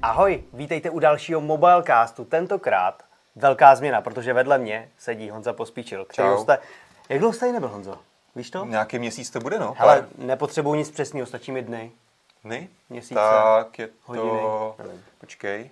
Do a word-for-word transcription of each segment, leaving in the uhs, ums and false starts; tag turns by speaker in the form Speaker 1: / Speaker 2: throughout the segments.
Speaker 1: Ahoj, vítejte u dalšího Mobilecastu. Tentokrát velká změna, protože vedle mě sedí Honza Pospíšil. Jste... Jak dlouho jste tady nebyl, Honzo? Víš to?
Speaker 2: Nějaký měsíc to bude, no.
Speaker 1: Hele, pár... nepotřebuji nic přesného, stačí mi dny.
Speaker 2: Dny?
Speaker 1: Měsíce?
Speaker 2: Tak je to...
Speaker 1: Hodiny?
Speaker 2: Počkej.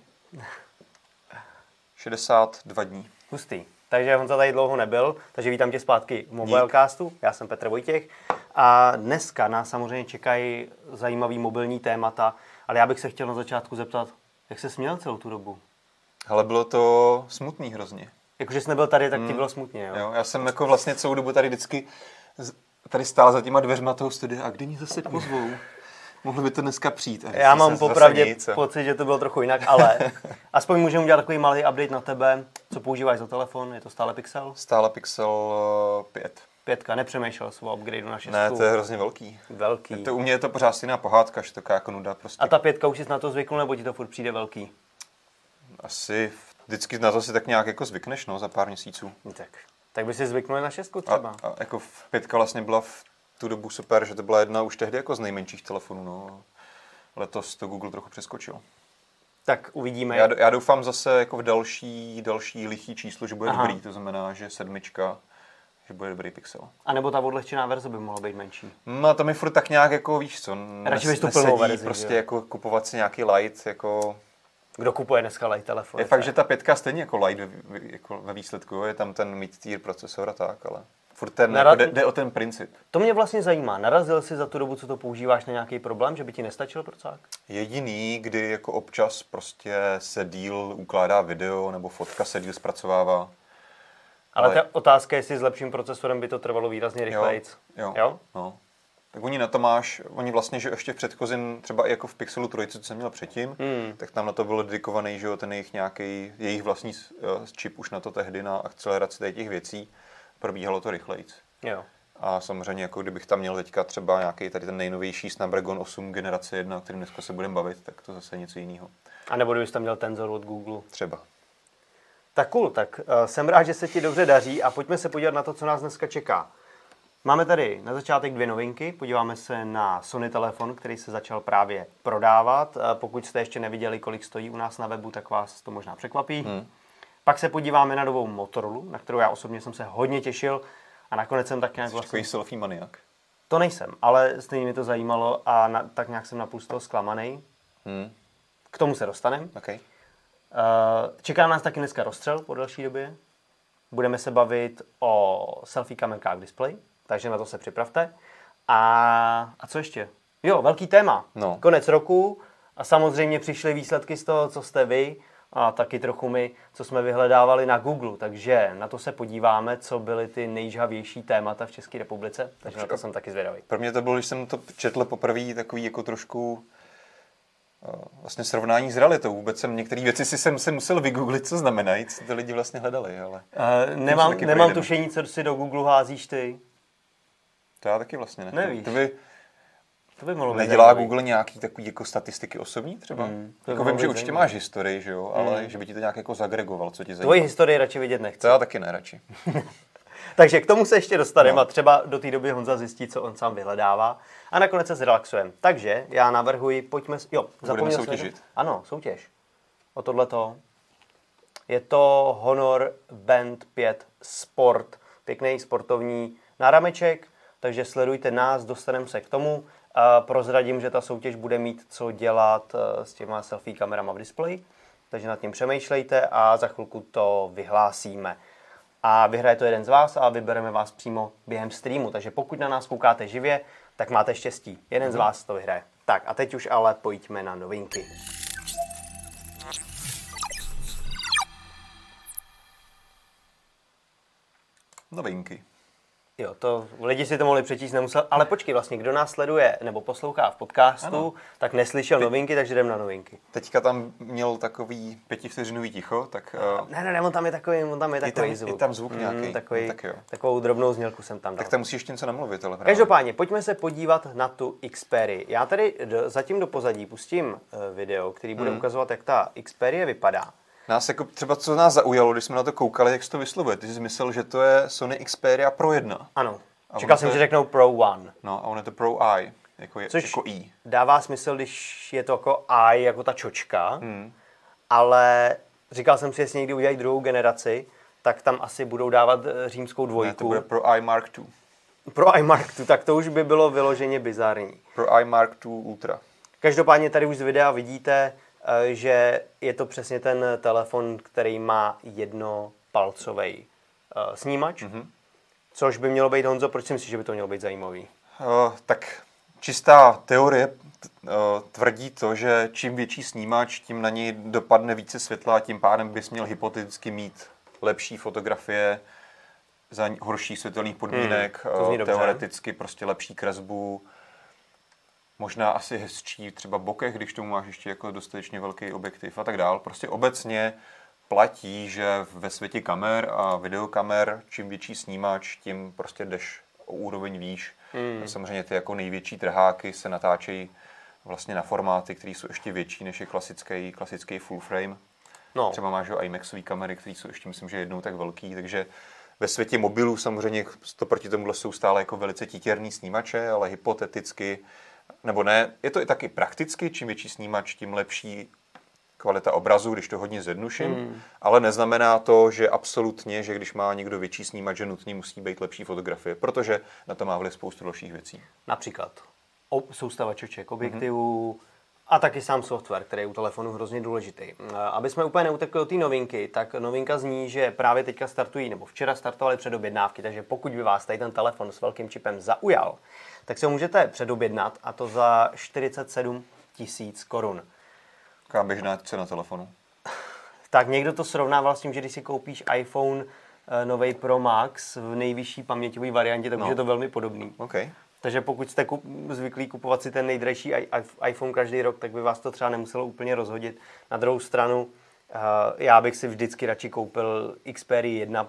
Speaker 2: šedesát dva dní.
Speaker 1: Hustý. Takže Honza tady dlouho nebyl, takže vítám tě zpátky v Mobilecastu. Já jsem Petr Vojtěch. A dneska nás samozřejmě čekají zajímavý mobilní témata, ale já bych se chtěl na začátku zeptat, jak se směl celou tu dobu?
Speaker 2: Ale bylo to smutný hrozně.
Speaker 1: Jakože jsi nebyl tady, tak ti bylo smutně, jo?
Speaker 2: jo? Já jsem jako vlastně celou dobu tady vždycky tady stál za těma dveřma toho studia a kdy mě zase pozvou? Mohlo by to dneska přijít.
Speaker 1: Já mám popravdě pocit, že to bylo trochu jinak, ale aspoň můžeme udělat takový malý update na tebe. Co používáš za telefon? Je to stále Pixel?
Speaker 2: Stále Pixel pět.
Speaker 1: Pětka, nepřemýšlel jsi o upgradeu na šestku?
Speaker 2: Ne, to je hrozně velký.
Speaker 1: Velký.
Speaker 2: To u mě je to pořád stejná pohádka, že taková jako nuda prostě.
Speaker 1: A ta pětka už jsi na to zvyknul, nebo ti to furt přijde velký?
Speaker 2: Asi vždycky na to si tak nějak jako zvykneš, no, za pár měsíců.
Speaker 1: Tak, tak by si zvyknul na šestku třeba.
Speaker 2: A, a jako pětka vlastně byla v tu dobu super, že to byla jedna už tehdy jako z nejmenších telefonů, no. Letos to Google trochu přeskočil.
Speaker 1: Tak uvidíme.
Speaker 2: Já, já doufám zase jako v další, další lichý číslo, že bude
Speaker 1: Aha.
Speaker 2: dobrý, to znamená, že sedmička, že bude dobrý Pixel.
Speaker 1: A nebo ta odlehčená verze by mohla být menší.
Speaker 2: No to mi furt tak nějak jako, víš co,
Speaker 1: radši bys tu plnou verzi,
Speaker 2: prostě
Speaker 1: jo?
Speaker 2: jako kupovat si nějaký light, jako...
Speaker 1: Kdo kupuje dneska light telefon?
Speaker 2: Je fakt, že ta pětka stejně jako light ve, jako ve výsledku, je tam ten mid-tier procesor a tak, ale furt ten,
Speaker 1: Narad...
Speaker 2: jako jde, jde o ten princip.
Speaker 1: To mě vlastně zajímá. Narazil jsi za tu dobu, co to používáš, na nějaký problém, že by ti nestačil procák?
Speaker 2: Jediný, kdy jako občas prostě se díl ukládá video nebo fotka se díl zpracovává.
Speaker 1: Ale, ale ta otázka je, jestli s lepším procesorem by to trvalo výrazně rychleji.
Speaker 2: Jo, jo,
Speaker 1: jo?
Speaker 2: No. Tak oni na to máš, oni vlastně, že ještě v předchozím, třeba i jako v Pixelu tři, co jsem měl předtím, hmm. tak tam na to bylo dedikovaný, že jo, ten jejich nějaký, jejich vlastní čip už na to tehdy, na akceleraci těch věcí, probíhalo to rychleji.
Speaker 1: Jo.
Speaker 2: A samozřejmě, jako kdybych tam měl teďka třeba nějaký tady ten nejnovější Snapdragon osm generace jedna, o kterém dneska se budeme bavit, tak to zase něco jiného.
Speaker 1: A nebo kdybys tam měl Tensor od Google.
Speaker 2: Třeba.
Speaker 1: Tak cool, tak uh, jsem rád, že se ti dobře daří a pojďme se podívat na to, co nás dneska čeká. Máme tady na začátek dvě novinky, podíváme se na Sony telefon, který se začal právě prodávat. Pokud jste ještě neviděli, kolik stojí u nás na webu, tak vás to možná překvapí. Hmm. Pak se podíváme na novou Motorola, na kterou já osobně jsem se hodně těšil a nakonec jsem tak nějak
Speaker 2: Jsi
Speaker 1: vlastně...
Speaker 2: takový selfie maniak?
Speaker 1: To nejsem, ale stejně mi to zajímalo a na, tak nějak jsem napůl z toho zklamanej. Hmm. K tomu se dostaneme.
Speaker 2: Okay.
Speaker 1: Čeká nás taky dneska rozstřel po další době. Budeme se bavit o selfie kamerkách v displeji. Takže na to se připravte. A, a co ještě? Jo, velký téma.
Speaker 2: No.
Speaker 1: Konec roku a samozřejmě přišly výsledky z toho, co jste vy a taky trochu my, co jsme vyhledávali na Google. Takže na to se podíváme, co byly ty nejžhavější témata v České republice. Takže na to jsem taky zvědavý.
Speaker 2: Pro mě to bylo, když jsem to četl poprvé, takový jako trošku vlastně srovnání s realitou. Vůbec jsem některé věci si jsem se musel vygooglit, co znamenají, co ty lidi vlastně hledali. Ale
Speaker 1: uh, nemám nemám tušení, co si do Google házíš ty.
Speaker 2: To já taky vlastně ne.
Speaker 1: Nevíš.
Speaker 2: To by,
Speaker 1: to by mohlo být
Speaker 2: nedělá
Speaker 1: zajímavý.
Speaker 2: Google nějaký takový jako statistiky osobní třeba?
Speaker 1: Hmm,
Speaker 2: jako vím, že určitě máš historii, že jo, ale hmm. že by ti to nějak jako zagregoval, co ti zajímá.
Speaker 1: Tvoji historii radši vidět nechci.
Speaker 2: To já taky ne radši.
Speaker 1: Takže k tomu se ještě dostaneme
Speaker 2: no.
Speaker 1: a třeba do té doby Honza zjistí, co on sám vyhledává a nakonec se zrelaxujeme. Takže já navrhuji, pojďme... Jo,
Speaker 2: budeme soutěžit.
Speaker 1: Jsme, ano, soutěž. O tohleto. Je to Honor Band pět Sport. Pěkný sportovní nárameček, takže sledujte nás, dostaneme se k tomu. A prozradím, že ta soutěž bude mít co dělat s těma selfie kamerama v displeji, takže nad tím přemýšlejte a za chvilku to vyhlásíme. A vyhraje to jeden z vás a vybereme vás přímo během streamu. Takže pokud na nás koukáte živě, tak máte štěstí. Jeden mm. z vás to vyhraje. Tak a teď už ale pojďme na novinky.
Speaker 2: Novinky.
Speaker 1: Jo, to lidi si to mohli přečíst, nemusel, ale počkej vlastně, kdo nás sleduje nebo poslouchá v podcastu, ano. tak neslyšel Teď, novinky, takže jdem na novinky.
Speaker 2: Teďka tam měl takový pětivteřinový ticho, tak... Uh,
Speaker 1: ne, ne, ne, on tam je takový, on tam je takový
Speaker 2: tam,
Speaker 1: zvuk.
Speaker 2: Je tam zvuk nějaký.
Speaker 1: Mm, takový,
Speaker 2: no, tak jo.
Speaker 1: Takovou drobnou znělku jsem tam dal.
Speaker 2: Tak tam musíš ještě něco namluvit, ale právě.
Speaker 1: Každopádně, pojďme se podívat na tu Xperii. Já tady do, zatím do pozadí pustím uh, video, který bude mm. ukazovat, jak ta Xperie vypadá.
Speaker 2: Nás jako třeba, co nás zaujalo, když jsme na to koukali, jak se to vyslovuje. Ty jsi myslel, že to je Sony Xperia Pro jedna.
Speaker 1: Ano.
Speaker 2: A
Speaker 1: Čekal jsem,
Speaker 2: to
Speaker 1: že
Speaker 2: je,
Speaker 1: řeknou Pro One.
Speaker 2: No a on je to Pro Eye, jako, je,
Speaker 1: Což
Speaker 2: jako I.
Speaker 1: dává smysl, když je to jako eye, jako ta čočka,
Speaker 2: Hmm.
Speaker 1: ale říkal jsem si, jestli někdy udělají druhou generaci, tak tam asi budou dávat římskou dvojku.
Speaker 2: Ne, to bude Pro Eye Mark two.
Speaker 1: Pro iMark two, tak to už by bylo vyloženě bizarní.
Speaker 2: Pro iMark two Ultra.
Speaker 1: Každopádně tady už z videa vidíte, že je to přesně ten telefon, který má jednopalcový snímač, mm-hmm. což by mělo být, Honzo, proč si myslíš, že by to mělo být zajímavý?
Speaker 2: Uh, tak čistá teorie uh, tvrdí to, že čím větší snímač, tím na něj dopadne více světla a tím pádem bys měl hypoteticky mít lepší fotografie za horších světelných podmínek, hmm, teoreticky prostě lepší kresbu, možná asi hezčí třeba bokeh, když tomu máš ještě jako dostatečně velký objektiv a tak dál. Prostě obecně platí, že ve světě kamer a videokamer, čím větší snímač, tím prostě jdeš o úroveň výš. Hmm. Samozřejmě ty jako největší trháky se natáčejí vlastně na formáty, které jsou ještě větší než je klasický, klasický full frame. No. Třeba máš IMAXové kamery, které jsou ještě, myslím, že jednou tak velký, takže ve světě mobilů samozřejmě to proti tomuhle jsou stále jako velice titěrný snímače, ale hypoteticky, nebo ne, je to i taky prakticky, čím větší snímač, tím lepší kvalita obrazu, když to hodně zjednuším, hmm. ale neznamená to, že absolutně, že když má někdo větší snímač, že nutně musí být lepší fotografie, protože na to má vliv spoustu dalších věcí.
Speaker 1: Například soustava čoček, objektivů, hmm. a taky sám software, který je u telefonu hrozně důležitý. Aby jsme úplně neutekli od té novinky, tak novinka zní, že právě teďka startují, nebo včera startovaly předobjednávky, takže pokud by vás tady ten telefon s velkým čipem zaujal, tak se ho můžete předobjednat, a to za čtyřicet sedm tisíc korun.
Speaker 2: Jaká běžná cena telefonu?
Speaker 1: Tak někdo to srovnával s tím, že když si koupíš iPhone novej Pro Max v nejvyšší paměťové variantě, tak no. už je to velmi podobný.
Speaker 2: Okay.
Speaker 1: Takže pokud jste kup, zvyklí kupovat si ten nejdražší iPhone každý rok, tak by vás to třeba nemuselo úplně rozhodit. Na druhou stranu, uh, já bych si vždycky radši koupil Xperia jedna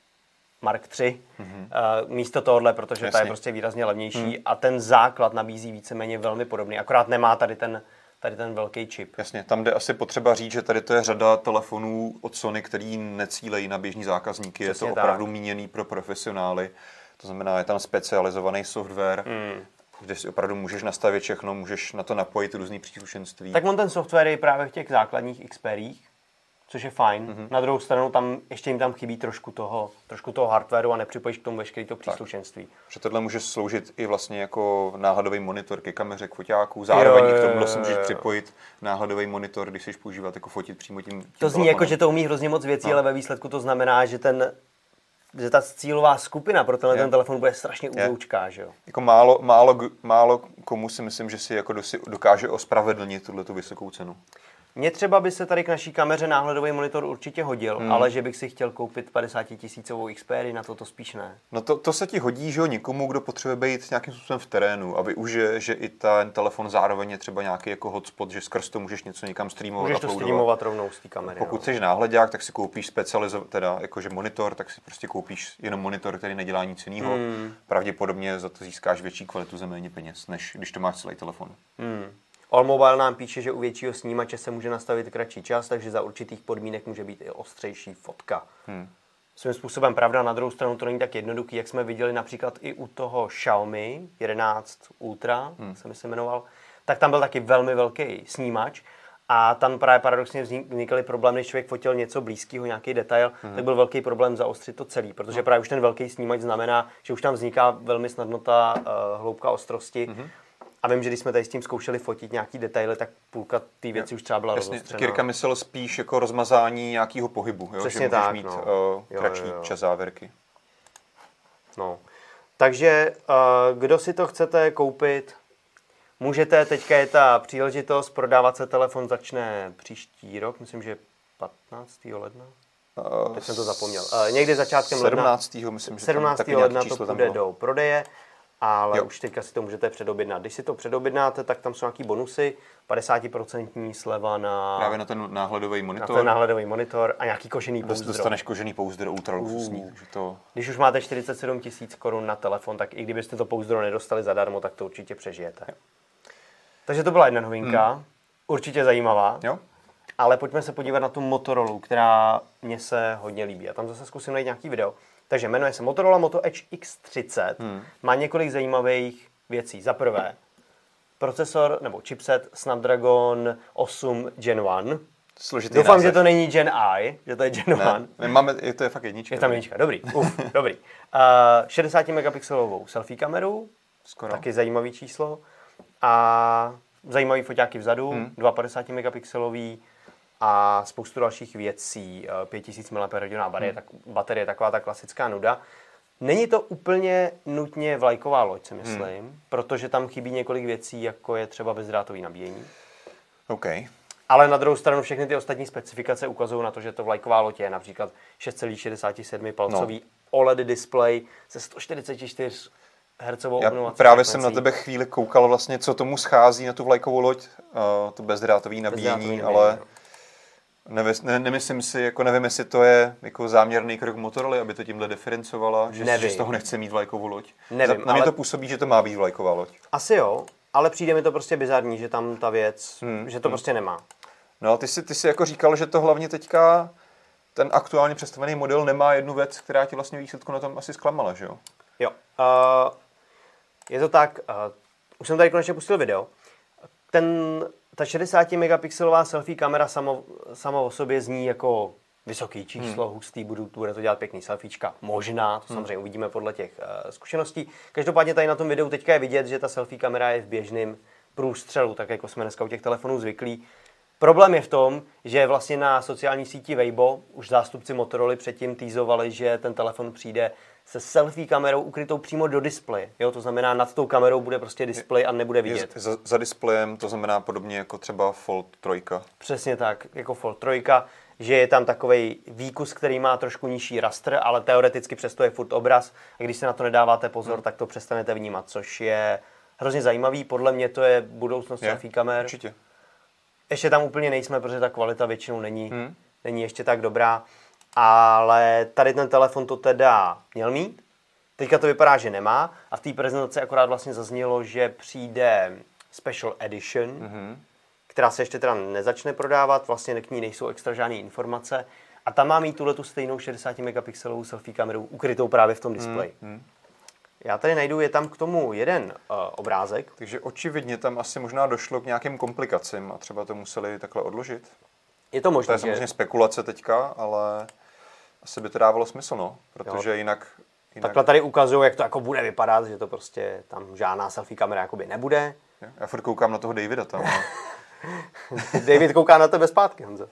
Speaker 1: Mark tři mm-hmm. uh, místo tohohle, protože Jasně. ta je prostě výrazně levnější mm. a ten základ nabízí víceméně velmi podobný. Akorát nemá tady ten, tady ten velký čip.
Speaker 2: Jasně, tam jde asi potřeba říct, že tady to je řada telefonů od Sony, který necílejí na běžní zákazníky. Přesně je to tak. Opravdu míněný pro profesionály. To znamená, je tam specializovaný software, mm. kde si opravdu můžeš nastavit všechno, můžeš na to napojit různý příslušenství.
Speaker 1: Tak on ten software je právě v těch základních Xperiích, což je fajn. Mm-hmm. Na druhou stranu tam ještě jim tam chybí trošku toho, trošku toho hardwareu a nepřipojíš k tomu veškerý to příslušenství.
Speaker 2: Že tohle může sloužit i vlastně jako náhledový monitor ke kameře, k foťáku. Zároveň jo, jo, jo, k tomu si můžeš připojit náhledový monitor, když chceš používat jako fotit přímo tím, tím
Speaker 1: To zní telefonem. Jako, že to umí hrozně moc věcí, no. ale ve výsledku to znamená, že ten že ta cílová skupina pro tenhle ten telefon bude strašně úzoučká, že jo?
Speaker 2: Jako málo, málo, málo komu si myslím, že si jako dokáže ospravedlnit tuhletu vysokou cenu.
Speaker 1: Mně třeba by se tady k naší kameře náhledový monitor určitě hodil, hmm. ale že bych si chtěl koupit padesátitisícovou Xperii, na to to spíš ne.
Speaker 2: No to, to se ti hodí, že jo, někomu, kdo potřebuje být nějakým způsobem v terénu a využije, že i ten telefon zároveň je třeba nějaký jako hotspot, že skrz to můžeš něco někam streamovat.
Speaker 1: Můžeš to streamovat rovnou z té kamery.
Speaker 2: Pokud jsi náhledák, tak si koupíš specializovaný, teda jakože monitor, tak si prostě koupíš jenom monitor, který nedělá nic jiného. Hmm. Pravděpodobně za to získáš větší kvalitu za méně peněz, než když to máš celý telefon.
Speaker 1: Hmm. Allmobile nám píše, že u většího snímače se může nastavit kratší čas, takže za určitých podmínek může být i ostřejší fotka. Hmm. Svým způsobem pravda, na druhou stranu to není tak jednoduchý, jak jsme viděli například i u toho Xiaomi jedenáct Ultra, hmm. se mi se jmenoval, tak tam byl taky velmi velký snímač a tam právě paradoxně vznikaly problémy, když člověk fotil něco blízkého, nějaký detail, hmm. tak byl velký problém zaostřit to celý, protože hmm. právě už ten velký snímač znamená, že už tam vzniká velmi snadno ta uh, hloubka ostrosti. Hmm. A vím, že když jsme tady s tím zkoušeli fotit nějaký detaily, tak půlka té věci už třeba byla rozostřená.
Speaker 2: Jirka myslel spíš jako rozmazání nějakého pohybu, jo?
Speaker 1: Přesně
Speaker 2: že
Speaker 1: tak,
Speaker 2: můžeš mít
Speaker 1: no.
Speaker 2: uh, kratší jo, jo, jo. čas závěrky.
Speaker 1: No. Takže uh, kdo si to chcete koupit, můžete, teďka je ta příležitost, prodávat se telefon začne příští rok, myslím, že patnáctého ledna. Uh, Teď jsem to zapomněl. Uh, někdy začátkem
Speaker 2: sedmnáctého myslím, že
Speaker 1: sedmnáctého ledna to půjde do prodeje. Ale jo. už teďka si to můžete předobjednat. Když si to předobjednáte, tak tam jsou nějaký bonusy, padesát procent sleva na...
Speaker 2: Právě na ten náhledový monitor.
Speaker 1: Na ten náhledový monitor a nějaký kožený pouzdro.
Speaker 2: Dostaneš kožený pouzdro ultra luxusní. Uh. To...
Speaker 1: Když už máte čtyřicet sedm tisíc korun na telefon, tak i kdybyste to pouzdro nedostali zadarmo, tak to určitě přežijete. Jo. Takže to byla jedna novinka, hmm. určitě zajímavá.
Speaker 2: Jo.
Speaker 1: Ale pojďme se podívat na tu Motorola, která mně se hodně líbí. A tam zase zkusím najít nějaký video. Takže jmenuje se Motorola Moto Edge X třicet.
Speaker 2: Hmm.
Speaker 1: Má několik zajímavých věcí. Za prvé, procesor nebo chipset Snapdragon osm Gen jedna.
Speaker 2: Složitý
Speaker 1: Doufám,
Speaker 2: název.
Speaker 1: že to není Gen I, že to je Gen jedna.
Speaker 2: My máme, je to je fakt jednička.
Speaker 1: Je tam jednička, dobrý. Uf, dobrý. Uh, šedesát megapixelovou selfie kameru,
Speaker 2: Skoro.
Speaker 1: taky zajímavý číslo. A zajímavý foťáky vzadu, hmm. dva padesát megapixelový a spoustu dalších věcí. pět tisíc miliampérhodin baterie, hmm. tak, baterie, taková ta klasická nuda. Není to úplně nutně vlajková loď, si myslím, hmm. protože tam chybí několik věcí, jako je třeba bezdrátový nabíjení.
Speaker 2: OK.
Speaker 1: Ale na druhou stranu všechny ty ostatní specifikace ukazují na to, že to vlajková loď je například šest celá šedesát sedm palcový no. O L E D displej se sto čtyřicet čtyři hertzovou
Speaker 2: Já
Speaker 1: obnovací
Speaker 2: právě
Speaker 1: frekvencí.
Speaker 2: jsem na tebe chvíli koukal vlastně, co tomu schází na tu vlajkovou loď, uh, to bezdrátový nabíjení,
Speaker 1: Bezdrátový
Speaker 2: ale
Speaker 1: nabíjení,
Speaker 2: nevě, ne, nemyslím si, jako nevím, jestli to je jako záměrný krok Motorola, aby to tímhle diferencovala, že, že z toho nechce mít vlajkovou loď.
Speaker 1: Nevím,
Speaker 2: na mě
Speaker 1: ale...
Speaker 2: to působí, že to má být vlajková loď.
Speaker 1: Asi jo, ale přijde mi to prostě bizarní, že tam ta věc, hmm. že to
Speaker 2: hmm.
Speaker 1: prostě nemá.
Speaker 2: No a ty jsi, ty jsi jako říkal, že to hlavně teďka ten aktuálně představený model nemá jednu věc, která ti vlastně výsledku na tom asi zklamala, že jo?
Speaker 1: Jo. Uh, je to tak, uh, už jsem tady konečně pustil video. Ten, ta šedesát megapixelová selfie kamera samo, samo o sobě zní jako vysoký číslo, hmm. hustý, budu, bude to dělat pěkný selfiečka. Možná, to samozřejmě hmm. uvidíme podle těch uh, zkušeností. Každopádně tady na tom videu teďka je vidět, že ta selfie kamera je v běžném průstřelu, tak jako jsme dneska u těch telefonů zvyklí. Problém je v tom, že vlastně na sociální síti Weibo už zástupci Motorola předtím teasovali, že ten telefon přijde se selfie kamerou ukrytou přímo do displeje. Jo, to znamená, nad tou kamerou bude prostě displej a nebude vidět.
Speaker 2: Je za, za displejem to znamená podobně jako třeba Fold tři.
Speaker 1: Přesně tak, jako Fold tři, že je tam takovej výkus, který má trošku nižší rastr, ale teoreticky přesto je furt obraz a když se na to nedáváte pozor, hmm. tak to přestanete vnímat, což je hrozně zajímavý. Podle mě to je budoucnost je, selfie kamer.
Speaker 2: Určitě.
Speaker 1: Ještě tam úplně nejsme, protože ta kvalita většinou není, hmm. není ještě tak dobrá. Ale tady ten telefon to teda měl mít. Teďka to vypadá, že nemá. A v té prezentaci akorát vlastně zaznělo, že přijde Special Edition, hmm. která se ještě teda nezačne prodávat. Vlastně k ní nejsou extra žádné informace. A tam má mít tuhletu stejnou šedesát megapixelovou selfie kameru ukrytou právě v tom displeji. Hmm. Já tady najdu, je tam k tomu jeden uh, obrázek.
Speaker 2: Takže očividně tam asi možná došlo k nějakým komplikacím a třeba to museli takhle odložit.
Speaker 1: Je to možné.
Speaker 2: To je samozřejmě že... spekulace teďka, ale asi by to dávalo smysl, no, protože jo. jinak, jinak...
Speaker 1: Takhle tady ukazují, jak to jako bude vypadat, že to prostě tam žádná selfie kamera jakoby nebude.
Speaker 2: Já furt koukám na toho Davida tam. No.
Speaker 1: David kouká na tebe zpátky, Honzo.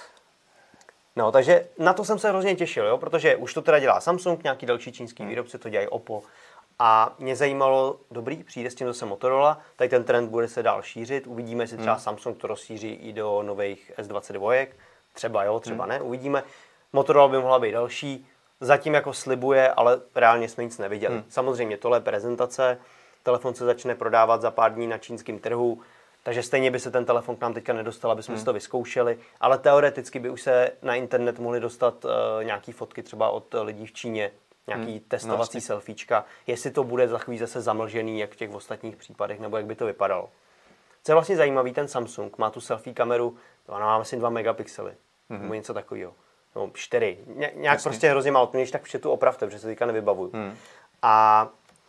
Speaker 1: No, takže na to jsem se hrozně těšil, jo, protože už to teda dělá Samsung, nějaký další čínský výrobci, to dělají Oppo. A mě zajímalo, dobrý, přijde s tím zase Motorola, tady ten trend bude se dál šířit, uvidíme, jestli třeba hmm. Samsung to rozšíří i do nových S dvacet dva, třeba jo, třeba hmm. ne, uvidíme. Motorola by mohla být další, zatím jako slibuje, ale reálně jsme nic neviděli. Hmm. Samozřejmě tohle je prezentace, telefon se začne prodávat za pár dní na čínském trhu, takže stejně by se ten telefon k nám teďka nedostal, aby jsme hmm. si to vyzkoušeli, ale teoreticky by už se na internet mohly dostat uh, nějaký fotky třeba od lidí v Číně, nějaký hmm. testovací no, selfiečka, jestli to bude za chvíli zase zamlžený, jak v těch ostatních případech, nebo jak by to vypadalo. Co je vlastně zajímavý, ten Samsung má tu selfie kameru, ona má asi dva megapixely, hmm. nebo něco takového, no čtyři, Ně, nějak Jasně. prostě hrozně málo, to mě tak v chatu opravte, protože se teďka nevybavuju. Hmm. A,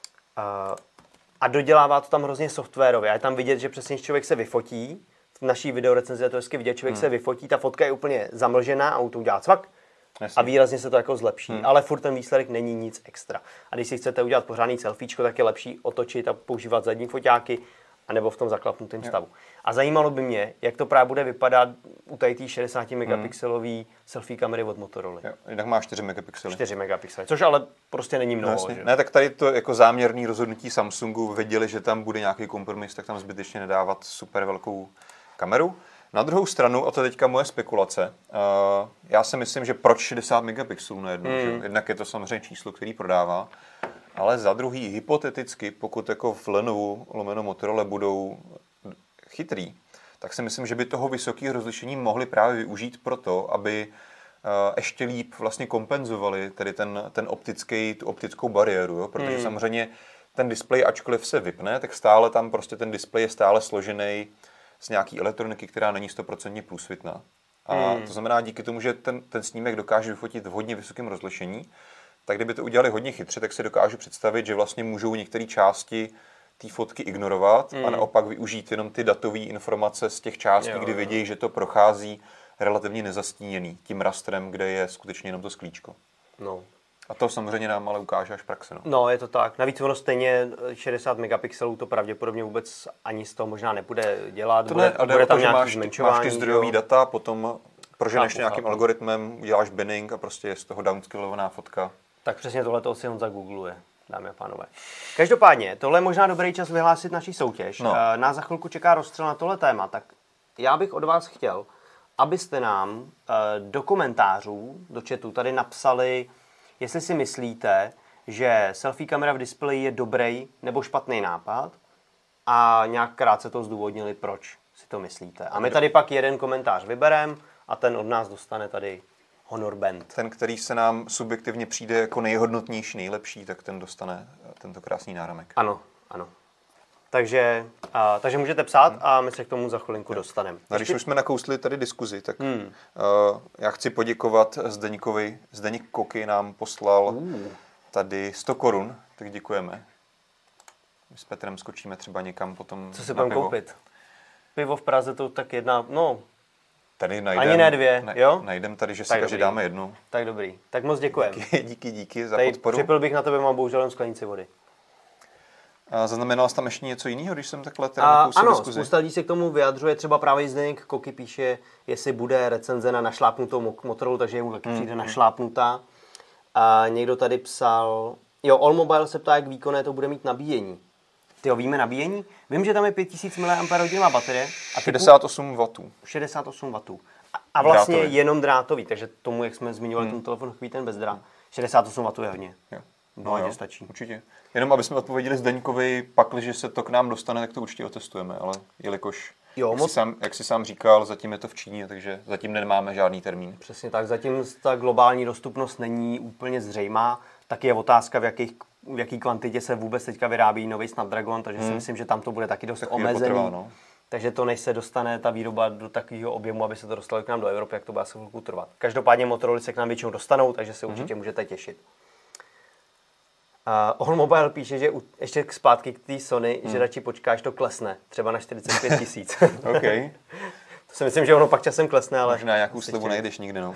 Speaker 1: a, a dodělává to tam hrozně softwarově, a je tam vidět, že přesně člověk se vyfotí, v naší videorecenzi je to hezky vidět, člověk hmm. se vyfotí, ta fotka je úplně zamlžená a auto udělá cvak, Jasně. a výrazně se to jako zlepší, hmm. ale furt ten výsledek není nic extra. A když si chcete udělat pořádný selfiečko, tak je lepší otočit a používat zadní foťáky, anebo v tom zaklapnutém jo. stavu. A zajímalo by mě, jak to právě bude vypadat u tady té šedesát megapixelový hmm. selfie kamery od Motorola.
Speaker 2: Jo, jinak má čtyři megapixely.
Speaker 1: čtyři megapixely, což ale prostě není mnoho.
Speaker 2: No, ne, tak tady to jako záměrný rozhodnutí Samsungu, věděli, že tam bude nějaký kompromis, tak tam zbytečně nedávat super velkou kameru. Na druhou stranu, a to je teďka moje spekulace, uh, já si myslím, že proč šedesát megapixelů najednou, hmm. že? Jednak je to samozřejmě číslo, který prodává, ale za druhý, hypoteticky, pokud jako v Lenovu lomeno Motorola budou chytrý, tak si myslím, že by toho vysokého rozlišení mohli právě využít proto, aby uh, ještě líp vlastně kompenzovali tedy ten, ten optický, tu optickou bariéru, jo? Protože hmm. samozřejmě ten displej, ačkoliv se vypne, tak stále tam prostě ten displej je stále složený z nějaký elektroniky, která není sto procent průsvitná. A hmm. to znamená, díky tomu, že ten, ten snímek dokáže vyfotit v hodně vysokém rozlišení, tak kdyby to udělali hodně chytře, tak si dokážu představit, že vlastně můžou některé části té fotky ignorovat mm. a naopak využít jenom ty datové informace z těch částí, jo, kdy vědí, že to prochází relativně nezastíněný tím rastrem, kde je skutečně jenom to sklíčko.
Speaker 1: No.
Speaker 2: A to samozřejmě nám ale ukáže až praxe. No.
Speaker 1: no, je to tak. Navíc ono stejně šedesát megapixelů to pravděpodobně vůbec ani z toho možná nebude dělat.
Speaker 2: To
Speaker 1: bude,
Speaker 2: ne, a
Speaker 1: bude tam
Speaker 2: to,
Speaker 1: nějaký
Speaker 2: máš,
Speaker 1: zmenšování.
Speaker 2: Máš ty zdrojové data, potom proženeš
Speaker 1: chápu,
Speaker 2: nějakým
Speaker 1: chápu.
Speaker 2: algoritmem, uděláš binning a prostě je z toho downscalovaná fotka.
Speaker 1: Tak přesně tohle si on zagoogluje, dámy a pánové. Každopádně, tohle je možná dobrý čas vyhlásit naší soutěž. No. Nás za chvilku čeká rozstřel na tohle téma, tak já bych od vás chtěl, abyste nám do komentářů, do chatu tady napsali, jestli si myslíte, že selfie kamera v displeji je dobrý nebo špatný nápad a nějak krátce to zdůvodnili, proč si to myslíte. A my tady pak jeden komentář vybereme a ten od nás dostane tady Honor Band.
Speaker 2: Ten, který se nám subjektivně přijde jako nejhodnotnější, nejlepší, tak ten dostane tento krásný náramek.
Speaker 1: Ano, ano. Takže, a, takže můžete psát a my se k tomu za chvilinku dostaneme.
Speaker 2: A když už jsme nakousli tady diskuzi, tak hmm. uh, já chci poděkovat Zdeňkovi. Zdeněk Koky nám poslal uh. tady sto korun, tak děkujeme. My s Petrem skočíme třeba někam potom.
Speaker 1: Co si budeme koupit? Pivo v Praze to tak jedna, no.
Speaker 2: Tady najdem,
Speaker 1: ani ne dvě,
Speaker 2: ne,
Speaker 1: jo?
Speaker 2: Najdem tady, že si
Speaker 1: tak
Speaker 2: každý
Speaker 1: dobrý.
Speaker 2: dáme jednu.
Speaker 1: Tak dobrý. Tak moc děkujeme.
Speaker 2: Díky, díky, díky za
Speaker 1: tady
Speaker 2: podporu.
Speaker 1: Připil bych na tebe, mám bohužel jen sklenici vody.
Speaker 2: A zaznamenal jsi tam ještě něco jiného, když jsem takhle teda
Speaker 1: A,
Speaker 2: nakousil
Speaker 1: ano,
Speaker 2: diskuzi?
Speaker 1: spousta lidí se k tomu vyjadřuje, třeba právě Zdeněk Koky píše, jestli bude recenze na našlápnutou Motorola, takže mu taky přijde mm. našlápnutá. A někdo tady psal, jo, All Mobile se ptá, jak výkonné to bude mít nabíjení. Tyjo, víme nabíjení? Vím, že tam je pět tisíc miliampérhodin baterie. A
Speaker 2: šedesát osm wattů.
Speaker 1: šedesát osm wattů. A, a vlastně
Speaker 2: drátový.
Speaker 1: Jenom drátový, takže tomu, jak jsme zmiňovali, hmm. ten telefon chví ten bez drát. šedesát osm wattů je hodně.
Speaker 2: Jo.
Speaker 1: No,
Speaker 2: jo,
Speaker 1: stačí.
Speaker 2: Určitě. Jenom aby jsme odpověděli Zdeňkovi, pakli, že se to k nám dostane, tak to určitě otestujeme, ale jelikož, jo, jak, moc... si sám, jak jsi sám říkal, zatím je to v Číně, takže zatím nemáme žádný termín.
Speaker 1: Přesně tak, zatím ta globální dostupnost není úplně zřejmá, tak je otázka, v, jakých, v jaký kvantitě se vůbec teďka vyrábí nový Snapdragon, takže hmm. si myslím, že tam to bude taky dost taky omezený. Potrvá, no. Takže to, než se dostane ta výroba do takového objemu, aby se to dostalo k nám do Evropy, jak to bude asi chvilku trvat. Každopádně Motorola se k nám většinou dostanou, takže se určitě hmm. můžete těšit. Uh, All Mobile píše, že u, ještě k zpátky k té Sony, hmm. že radši počkáš, to klesne. Třeba na čtyřicet pět tisíc.
Speaker 2: Okay.
Speaker 1: To si myslím, že ono pak časem klesne, ale...
Speaker 2: Možná nějakou slevu najdeš nikdy, no.
Speaker 1: Uh,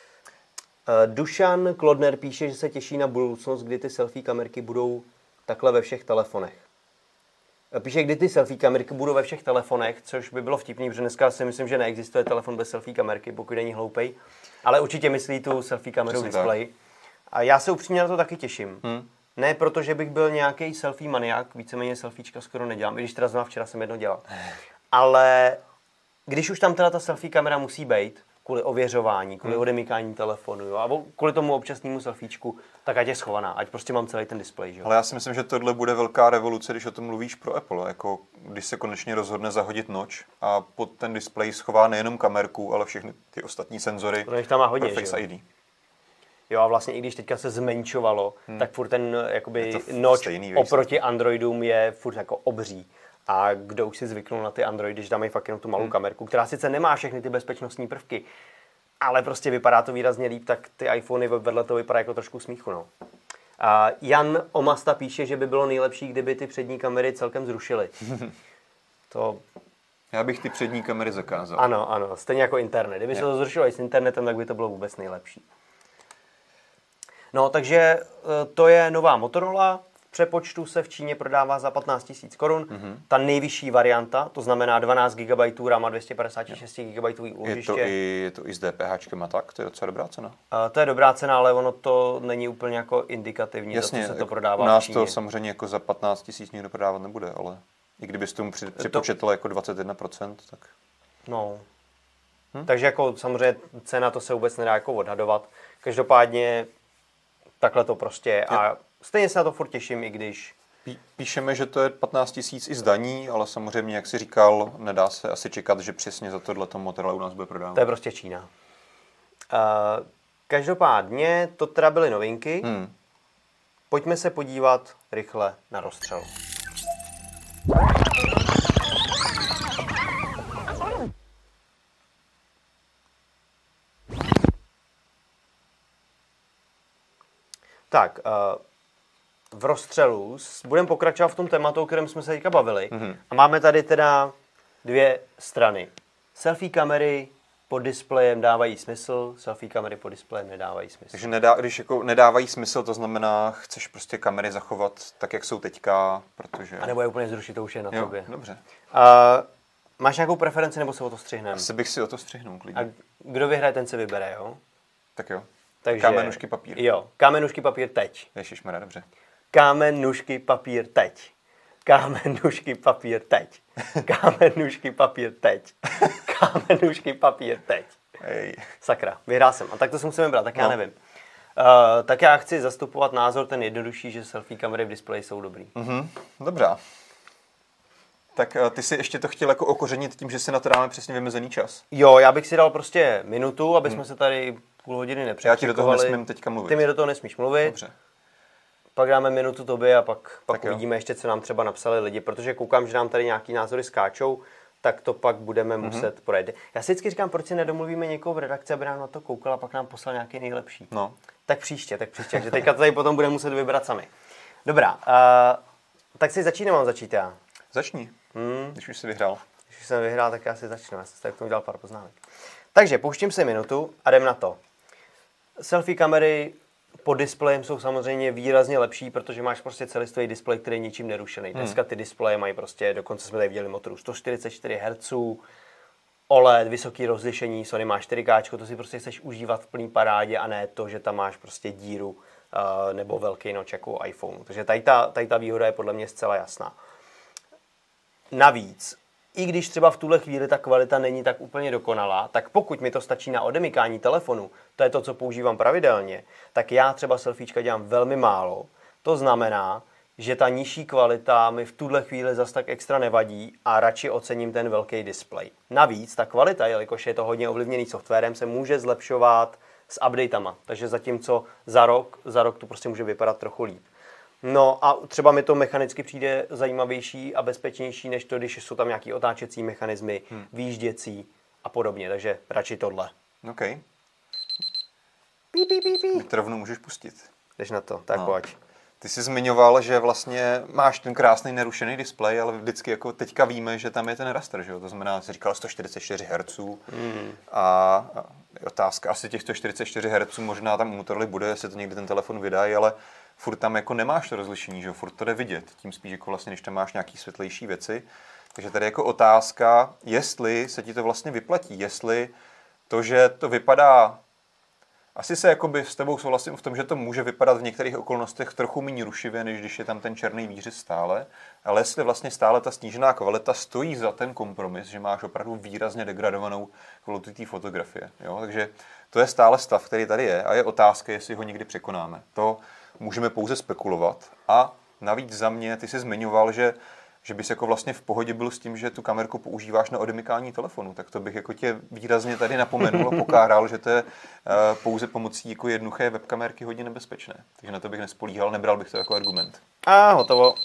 Speaker 1: Dušan Klodner píše, že se těší na budoucnost, kdy ty selfie kamerky budou takhle ve všech telefonech. Uh, píše, kdy ty selfie kamerky budou ve všech telefonech, což by bylo vtipný, protože dneska si myslím, že neexistuje telefon bez selfie kamerky, pokud není hloupej. Ale určitě myslí tu selfie kameru v displeji. A já se upřímně na to taky těším. Hmm. Ne proto, že bych byl nějaký selfie maniak, víceméně selfiečka skoro nedělám, i když teda znamená, včera jsem jedno dělal. Ale když už tam teda ta selfie kamera musí být, kvůli ověřování, kvůli hmm. odemykání telefonu, jo, a kvůli tomu občasnému selfiečku, tak ať je schovaná, ať prostě mám celý ten displej. Jo.
Speaker 2: Ale já si myslím, že tohle bude velká revoluce, když o tom mluvíš pro Apple, jako když se konečně rozhodne zahodit noč a pod ten displej schová nejenom kamerku, ale všechny ty ostatní senzory.
Speaker 1: Protože tam má hodně,
Speaker 2: Perfect I D.
Speaker 1: Jo, a vlastně i když teďka se zmenšovalo, hmm. tak furt ten jakoby noč oproti Androidům je furt jako obří. A kdo už si zvyknul na ty Androidy, že tam mají fakt jenom tu malou hmm. kamerku, která sice nemá všechny ty bezpečnostní prvky, ale prostě vypadá to výrazně líp, tak ty iPhony vedle toho vypadá jako trošku smíchu, no. A Jan Omasta píše, že by bylo nejlepší, kdyby ty přední kamery celkem zrušily. To...
Speaker 2: Já bych ty přední kamery zakázal.
Speaker 1: Ano, ano, stejně jako internet. Kdyby je. se to zrušilo i s internetem, tak by to bylo vůbec nejlepší. No, takže to je nová Motorola. V přepočtu se v Číně prodává za patnáct tisíc korun. Mm-hmm. Ta nejvyšší varianta, to znamená dvanáct gigabajtů RAM a dvě stě padesát šest gigabajtů úložiště.
Speaker 2: Je to i, je to i s DPHčkem a tak? To je docela dobrá cena.
Speaker 1: Uh, to je dobrá cena, ale ono to není úplně jako indikativní,
Speaker 2: jasně,
Speaker 1: za co se to prodává
Speaker 2: u nás
Speaker 1: v Číně.
Speaker 2: To samozřejmě jako za patnáct tisíc nikdo prodávat nebude, ale i kdybys tomu při, připočetl to... jako dvacet jedna procent, tak...
Speaker 1: No, hm? Takže jako samozřejmě cena to se vůbec nedá jako odhadovat. Každopádně takhle to prostě je. A stejně se na to furt těším, i když...
Speaker 2: Píšeme, že to je patnáct tisíc i z daní, ale samozřejmě, jak jsi říkal, nedá se asi čekat, že přesně za tohleto Motorola u nás bude prodávat.
Speaker 1: To je prostě Čína. Uh, každopádně to teda byly novinky. Hmm. Pojďme se podívat rychle na rozstřel. Tak, uh, v rozstřelu budeme pokračovat v tom tématu, o kterém jsme se teďka bavili. Mm-hmm. A máme tady teda dvě strany. Selfie kamery pod displejem dávají smysl, selfie kamery pod displejem nedávají smysl.
Speaker 2: Takže nedá, když jako nedávají smysl, to znamená, chceš prostě kamery zachovat tak, jak jsou teďka, protože...
Speaker 1: A nebo je úplně zrušit, to už je na
Speaker 2: jo,
Speaker 1: tobě.
Speaker 2: Dobře.
Speaker 1: Uh, máš nějakou preferenci, nebo se o to střihneme?
Speaker 2: Asi bych si o to střihnul, klidně.
Speaker 1: A kdo vyhraje, ten se vybere, jo?
Speaker 2: Tak jo.
Speaker 1: Takže,
Speaker 2: kámen, nůžky, papír.
Speaker 1: Jo, kámen, nůžky, papír, teď.
Speaker 2: Ježišmarja, dobře.
Speaker 1: Kámen, nůžky, papír, teď. Kámen, nůžky, papír, teď. Kámen, nůžky, papír, teď. Kámen, nůžky, papír, teď.
Speaker 2: Ej.
Speaker 1: Sakra, vyhrál jsem. A tak to si musíme brát, tak já
Speaker 2: no.
Speaker 1: nevím. Uh, tak já chci zastupovat názor ten jednodušší, že selfie kamery v displeji jsou dobrý.
Speaker 2: Mhm, dobrá. Tak uh, ty si ještě to chtěl jako okořenit tím, že si na to dáme přesně vymezený čas.
Speaker 1: Jo, já bych si dal prostě minutu, aby hmm. jsme se tady půl hodiny nepřekřikovali.
Speaker 2: Já ti do toho nesmím teďka mluvit.
Speaker 1: Ty mi do toho nesmíš mluvit.
Speaker 2: Dobře.
Speaker 1: Pak dáme minutu tobě a pak, pak uvidíme
Speaker 2: jo.
Speaker 1: ještě, co nám třeba napsali lidi, protože koukám, že nám tady nějaký názory skáčou, tak to pak budeme mm-hmm. muset projít. Já si vždycky říkám, proč si nedomluvíme někoho v redakci, aby nám na to koukal a pak nám poslal nějaký nejlepší.
Speaker 2: No.
Speaker 1: Tak příště, tak příště, že teďka to tady potom budeme muset vybrat sami. Dobrá, uh, tak si začínám, mám začít já.
Speaker 2: Začni, hmm. když už jsi vyhrál.
Speaker 1: Když už jsem vyhrál, tak já si začnu, já jsem tady k tomu dělal pár poznámek. Takže pouštím si minutu a jdem na to. Selfie kamery pod displejem jsou samozřejmě výrazně lepší, protože máš prostě celistvý displej, který je ničím nerušený. Hmm. Dneska ty displeje mají prostě, dokonce jsme tady viděli motoru sto čtyřicet čtyři hertzů, O L E D, vysoký rozlišení, Sony má čtyři ká, to si prostě chceš užívat v plný parádě a ne to, že tam máš prostě díru uh, nebo velký noč jako u iPhoneu. Takže tady ta, tady ta výhoda je podle mě zcela jasná. Navíc, i když třeba v tuhle chvíli ta kvalita není tak úplně dokonalá, tak pokud mi to stačí na odemykání telefonu, to je to, co používám pravidelně, tak já třeba selfiečka dělám velmi málo. To znamená, že ta nižší kvalita mi v tuhle chvíli zas tak extra nevadí a radši ocením ten velký displej. Navíc ta kvalita, jelikož je to hodně ovlivněný softwarem, se může zlepšovat s updatama. Takže zatímco za rok, za rok to prostě může vypadat trochu líp. No a třeba mi to mechanicky přijde zajímavější a bezpečnější, než to, když jsou tam nějaký otáčecí mechanismy, hmm. výjížděcí a podobně. Takže radši tohle.
Speaker 2: OK.
Speaker 1: Pí, pí, pí, pí.
Speaker 2: Tak to rovnou můžeš pustit.
Speaker 1: Jdeš na to, tak no. Pojď.
Speaker 2: Ty jsi zmiňoval, že vlastně máš ten krásný nerušený displej, ale vždycky jako teďka víme, že tam je ten raster, že jo? To znamená, jsi říkal sto čtyřicet čtyři hertzů hmm. a, a otázka asi těch sto čtyřicet čtyři hertzů možná tam u Motorola bude, jestli to někdy ten telefon vydají, ale furt tam jako nemáš to rozlišení, že jo? Furt to jde vidět, tím spíš jako vlastně, když tam máš nějaký světlejší věci. Takže tady jako otázka, jestli se ti to vlastně vyplatí, jestli to, že to vypadá. Asi se jakoby s tebou souhlasím v tom, že to může vypadat v některých okolnostech trochu méně rušivě, než když je tam ten černý výřez stále, ale jestli vlastně stále ta snížená kvalita stojí za ten kompromis, že máš opravdu výrazně degradovanou kvalitu té fotografie. Jo? Takže to je stále stav, který tady je a je otázka, jestli ho někdy překonáme. To můžeme pouze spekulovat a navíc za mě, ty jsi zmiňoval, že že bys jako vlastně v pohodě byl s tím, že tu kamerku používáš na odemykání telefonu, tak to bych jako tě výrazně tady napomenul a pokáral, že to je uh, pouze pomocí jako jednoduché webkamerky hodně nebezpečné. Takže na to bych nespolíhal, nebral bych to jako argument.
Speaker 1: A hotovo. Uh,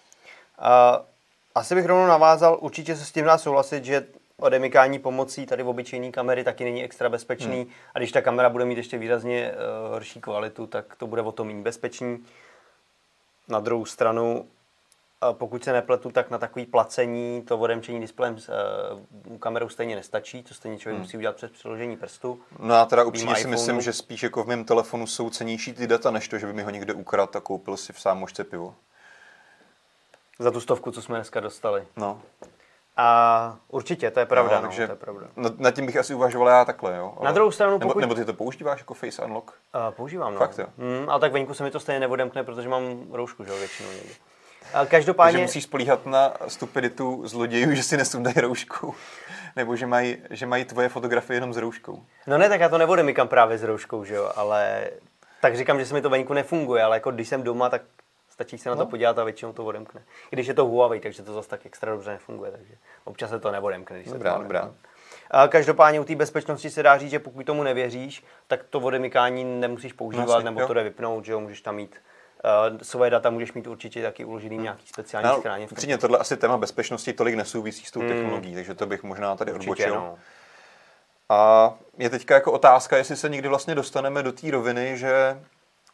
Speaker 1: asi bych rovnou navázal, určitě se s tím dá souhlasit, že odemykání pomocí tady v obyčejné kamery taky není extra bezpečný hmm. a když ta kamera bude mít ještě výrazně uh, horší kvalitu, tak to bude o to méně bezpečný. Na druhou stranu, pokud se nepletu, tak na takový placení to odemčení displejem s uh, kamerou stejně nestačí, to stejně člověk hmm. musí udělat přes přiložení prstu.
Speaker 2: No já teda upřímně si myslím, že spíš jako v mém telefonu jsou cennější ty data, než to, že by mi ho někde ukradl a koupil si v sámošce pivo.
Speaker 1: Za tu stovku, co jsme dneska dostali.
Speaker 2: No.
Speaker 1: A určitě, to je pravda.
Speaker 2: No,
Speaker 1: no,
Speaker 2: takže
Speaker 1: to je pravda.
Speaker 2: Nad tím bych asi uvažoval já takhle, jo. Ale...
Speaker 1: Na druhou stranu, pokud...
Speaker 2: Nebo, nebo ty to používáš jako Face Unlock?
Speaker 1: Uh, používám, no.
Speaker 2: Fakt, jo.
Speaker 1: Hmm, ale tak venku se mi to stejně neodemkne, protože mám roušku, že jo, většinou někdy. Každopádně...
Speaker 2: Takže musíš spolíhat na stupiditu zlodějů, že si nesundají roušku. Nebo že mají, že mají tvoje fotografie jenom s rouškou.
Speaker 1: No ne, tak já to neodemykám právě s rouškou, že jo, ale... Tak říkám, že se mi to venku nefunguje, ale jako když jsem doma, tak stačí se na to no. podívat a většinou to odemkne. I když je to Huawei, takže to zase tak extra dobře nefunguje, takže občas se to neodemkne. Když
Speaker 2: dobrá,
Speaker 1: se to
Speaker 2: dobrá.
Speaker 1: A každopádně u té bezpečnosti se dá říct, že pokud tomu nevěříš, tak to odemykání nemusíš používat, no, nebo jo. to jde vypnout, že jo, můžeš tam mít Uh, svoje data můžeš mít určitě taky uložený hmm. nějaký speciální
Speaker 2: no,
Speaker 1: schráně.
Speaker 2: Určitě tohle asi téma bezpečnosti tolik nesouvisí s tou hmm. technologií, takže to bych možná tady určitě, odbočil. No. A je teďka jako otázka, jestli se někdy vlastně dostaneme do té roviny, že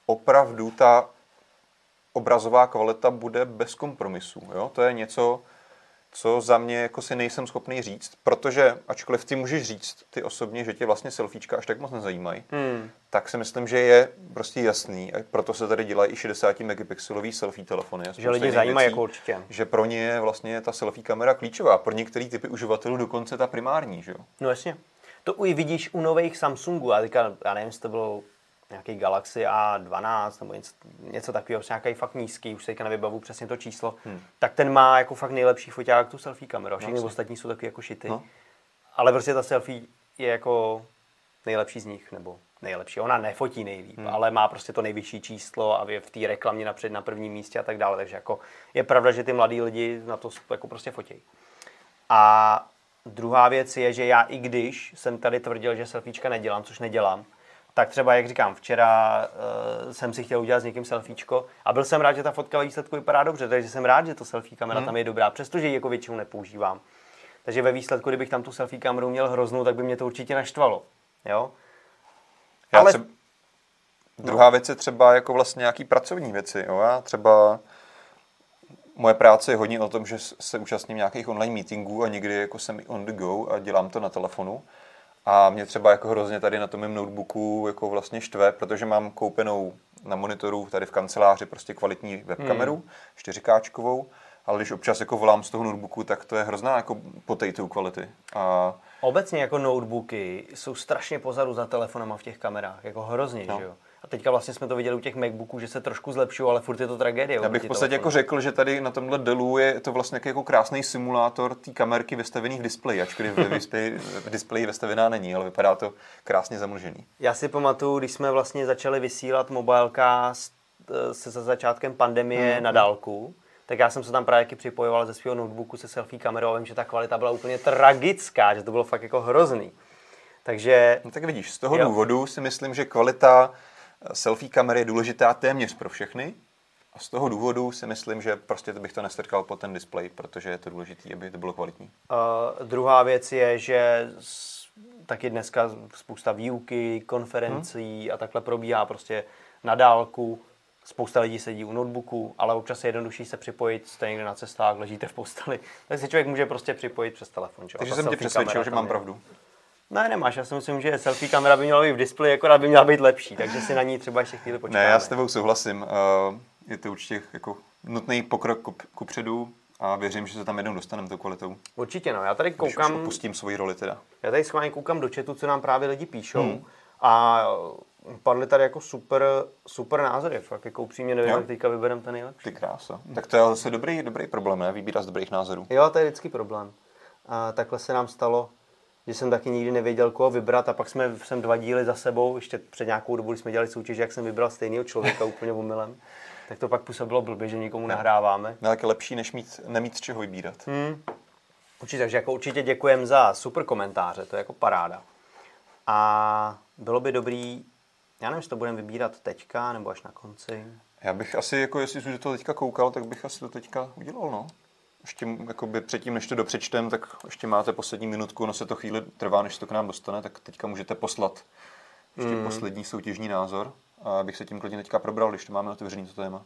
Speaker 2: opravdu ta obrazová kvalita bude bez kompromisů. Jo? To je něco, co za mě jako si nejsem schopný říct, protože ačkoliv ty můžeš říct ty osobně, že tě vlastně selfiečka až tak moc nezajímají, hmm. tak si myslím, že je prostě jasný, a proto se tady dělají i šedesát megapixelový selfie telefony.
Speaker 1: Že lidi zajímají jako určitě.
Speaker 2: Že pro ně je vlastně ta selfie kamera klíčová, pro některý typy uživatelů dokonce ta primární, že jo?
Speaker 1: No jasně. To i vidíš u nových Samsungů, a teďka, já nevím, jestli to bylo nějaký Galaxy A dvanáct nebo něco, něco takového, nějaký fakt nízký, už se teďka nevybavu přesně to číslo, hmm. tak ten má jako fakt nejlepší foťák tu selfie kameru. Všechny no, ostatní jsou taky jako šity. No. Ale prostě ta selfie je jako nejlepší z nich, nebo nejlepší. Ona nefotí nejlíp, hmm. ale má prostě to nejvyšší číslo a je v té reklamě napřed na prvním místě a tak dále. Takže jako je pravda, že ty mladí lidi na to jako prostě fotějí. A druhá věc je, že já i když jsem tady tvrdil, že selfiečka nedělám, což nedělám, tak třeba, jak říkám, včera uh, jsem si chtěl udělat s někým selfiečko a byl jsem rád, že ta fotka ve výsledku vypadá dobře, takže jsem rád, že to selfie kamera hmm. tam je dobrá, přestože ji jako většinou nepoužívám. Takže ve výsledku, kdybych tam tu selfie kameru měl hroznou, tak by mě to určitě naštvalo. Jo?
Speaker 2: Já Ale... třeba... Druhá no. věc je třeba jako vlastně nějaký pracovní věci. Jo? Já třeba... Moje práce je hodně o tom, že se účastním nějakých online meetingů a někdy jako jsem on the go a dělám to na telefonu. A mě třeba jako hrozně tady na tom mém notebooku jako vlastně štve, protože mám koupenou na monitoru tady v kanceláři prostě kvalitní webkameru, hmm. čtyřikáčkovou, ale když občas jako volám z toho notebooku, tak to je hrozná jako potato kvality. A...
Speaker 1: Obecně jako notebooky jsou strašně pozadu za telefonama v těch kamerách, jako hrozně, no. že jo? A teďka vlastně jsme to viděli u těch MacBooků, že se trošku zlepšují, ale furt je to tragédie.
Speaker 2: Já bych v podstatě jako řekl, že tady na tomhle Dellu je to vlastně jako krásný simulátor té kamerky vestavený v displeji, ačkoliv v displeji, v displeji vestavená není, ale vypadá to krásně zamlžený.
Speaker 1: Já si pamatuju, když jsme vlastně začali vysílat Mobilecast se za začátkem pandemie hmm. na dálku, tak já jsem se tam právě připojoval ze svého notebooku se selfie kamerou a vím, že ta kvalita byla úplně tragická, že to bylo fakt jako hrozný. Takže...
Speaker 2: No tak vidíš, z toho jo. důvodu si myslím, že kvalita selfie kamery je důležitá téměř pro všechny a z toho důvodu si myslím, že prostě bych to nestrkal po ten displej, protože je to důležité, aby to bylo kvalitní.
Speaker 1: Uh, druhá věc je, že taky dneska spousta výuky, konferencí hmm. a takhle probíhá prostě na dálku. Spousta lidí sedí u notebooku, ale občas je jednodušší se připojit, jste někde na cestách, ležíte v posteli, tak se člověk může prostě připojit přes telefon. Čo?
Speaker 2: Takže jsem tě přesvědčil, že mám je. pravdu.
Speaker 1: Ne, nemáš, já si myslím, že selfie kamera by měla být v displeji, akorát by měla být lepší, takže si na ní třeba ještě chvíli počkáme.
Speaker 2: Ne, já s tebou souhlasím, je to určitě jako nutný pokrok kupředu a věřím, že se tam jednou dostaneme tou kvalitou.
Speaker 1: Určitě no, já tady koukám...
Speaker 2: Když už opustím svoji roli teda.
Speaker 1: Já tady schválně koukám do chatu, co nám právě lidi píšou hmm. a padly tady jako super, super názory, fakt jako upřímně nevím, jak teďka vybereme ten nejlepší.
Speaker 2: Ty krása. Tak to je zase dobrý, dobrý problém, ne? Vybírat z dobrých názorů.
Speaker 1: Jo, to je vždycky problém. A takhle se nám stalo, že jsem taky nikdy nevěděl, koho vybrat a pak jsme sem dva díly za sebou, ještě před nějakou dobu, když jsme dělali soutěž, jak jsem vybral stejného člověka úplně omylem, tak to pak působilo blbě, že nikomu ne. nahráváme.
Speaker 2: No, tak je lepší, než mít, nemít z čeho vybírat.
Speaker 1: Hmm. Určitě, takže jako určitě děkujeme za super komentáře, to je jako paráda. A bylo by dobrý, já nevím, jestli to budeme vybírat teďka nebo až na konci.
Speaker 2: Já bych asi, jako jestli jsi to teďka koukal, tak bych asi to teďka udělal, no. Ještě jakoby předtím, než to dopřečtem, tak ještě máte poslední minutku, no se to chvíli trvá, než to k nám dostane, tak teďka můžete poslat ještě mm. poslední soutěžní názor a bych se tím klidně teďka probral, když to máme otevřený to téma.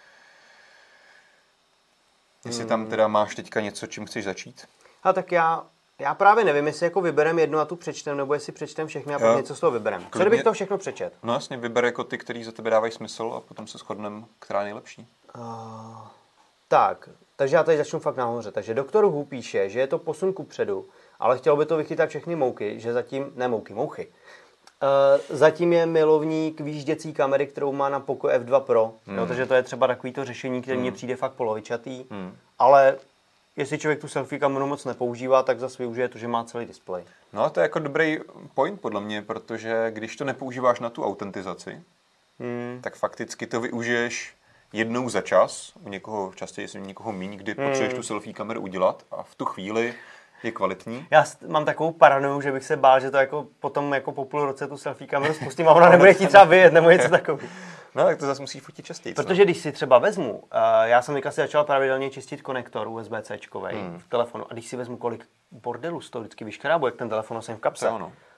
Speaker 2: Jestli mm. tam teda máš teďka něco, čím chceš začít?
Speaker 1: A tak já, já právě nevím, jestli jako vyberem jednu a tu přečtem, nebo jestli přečtem všechny a pak něco z toho vyberem. Co kdybych to všechno přečet?
Speaker 2: No jasně, vyber jako ty, který za tebe dávají smysl a potom se shodneme, která je nejlepší.
Speaker 1: Uh, tak, takže já tady začnu fakt nahoře. Takže doktor Hu píše, že je to posun kupředu, ale chtěl by to vychytat všechny mouky, že zatím, ne mouky, mouchy. Uh, zatím je milovník výjížděcí kamery, kterou má na Poco F dva Pro, hmm. jo, takže to je třeba takový to řešení, které hmm. mně přijde fakt polovičatý, hmm. ale jestli člověk tu selfie kameru moc nepoužívá, tak zase využije to, že má celý displej.
Speaker 2: No a to je jako dobrý point podle mě, protože když to nepoužíváš na tu autentizaci, hmm. tak fakticky to využiješ jednou za čas, u někoho častěji, u někoho míň, kdy hmm. potřebuješ tu selfie kameru udělat a v tu chvíli je kvalitní.
Speaker 1: Já mám takovou paranoju, že bych se bál, že to jako potom jako po půl roce tu selfie kameru spustím a ona nebude chtít třeba vyjet nebo něco takového.
Speaker 2: No tak to zase musí fotit častěji.
Speaker 1: Protože když si třeba vezmu, uh, já jsem teďka si začal pravidelně čistit konektor U S B-Cčkovej hmm. v telefonu a když si vezmu, kolik bordelu z toho vždycky vyškrábu, jak ten telefon nosím v kapse,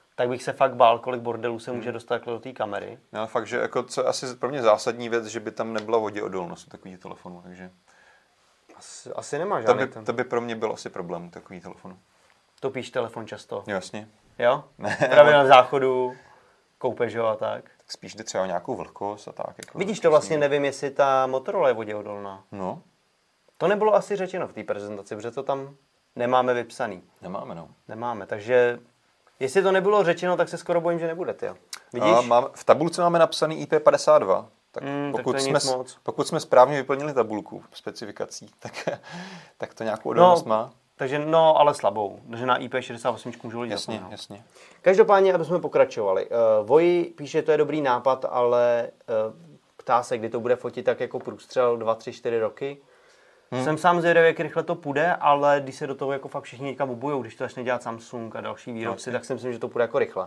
Speaker 1: tak bych se fakt bál, kolik bordelů se může dostat do té kamery.
Speaker 2: No, fakt, že jako co asi pro mě zásadní věc, že by tam nebyla voděodolnost u takových telefonů, takže...
Speaker 1: Asi, asi nemá
Speaker 2: To
Speaker 1: žádný
Speaker 2: by,
Speaker 1: ten.
Speaker 2: to by pro mě byl asi problém u takových telefonů.
Speaker 1: Topíš telefon často?
Speaker 2: Jo, jasně.
Speaker 1: Jo?
Speaker 2: Ne,
Speaker 1: Právě na záchodu, koupeš ho a tak.
Speaker 2: Tak spíš jde třeba o nějakou vlhkost a tak. Jako
Speaker 1: Vidíš, to vlastně nevím, jestli ta Motorola je voděodolná.
Speaker 2: No,
Speaker 1: To nebylo asi řečeno v té prezentaci, protože to tam nemáme vypsaný.
Speaker 2: nemáme, no.
Speaker 1: Nemáme, takže jestli to nebylo řečeno, tak se skoro bojím, že nebude, jo. Vidíš?
Speaker 2: A mám, v tabulce máme napsaný I P padesát dva. Tak,
Speaker 1: Mm, tak
Speaker 2: pokud,
Speaker 1: to je
Speaker 2: jsme,
Speaker 1: nic moc.
Speaker 2: pokud jsme správně vyplnili tabulku specifikací, tak, tak to nějakou odolnost
Speaker 1: No,
Speaker 2: má.
Speaker 1: Takže no, ale slabou. Takže na I P šedesát osm můžu lidi
Speaker 2: Jasně,
Speaker 1: zapomenout.
Speaker 2: jasně.
Speaker 1: Každopádně, aby jsme pokračovali. Uh, Voji píše, že to je dobrý nápad, ale uh, ptá se, kdy to bude fotit tak jako průstřel dva, tři, čtyři roky. Hmm. Jsem sám zvědavý, jak rychle to půjde, ale když se do toho jako fakt všichni někam obujou, když to začne dělat Samsung a další výrobci, no, tak si myslím, že to půjde jako rychle.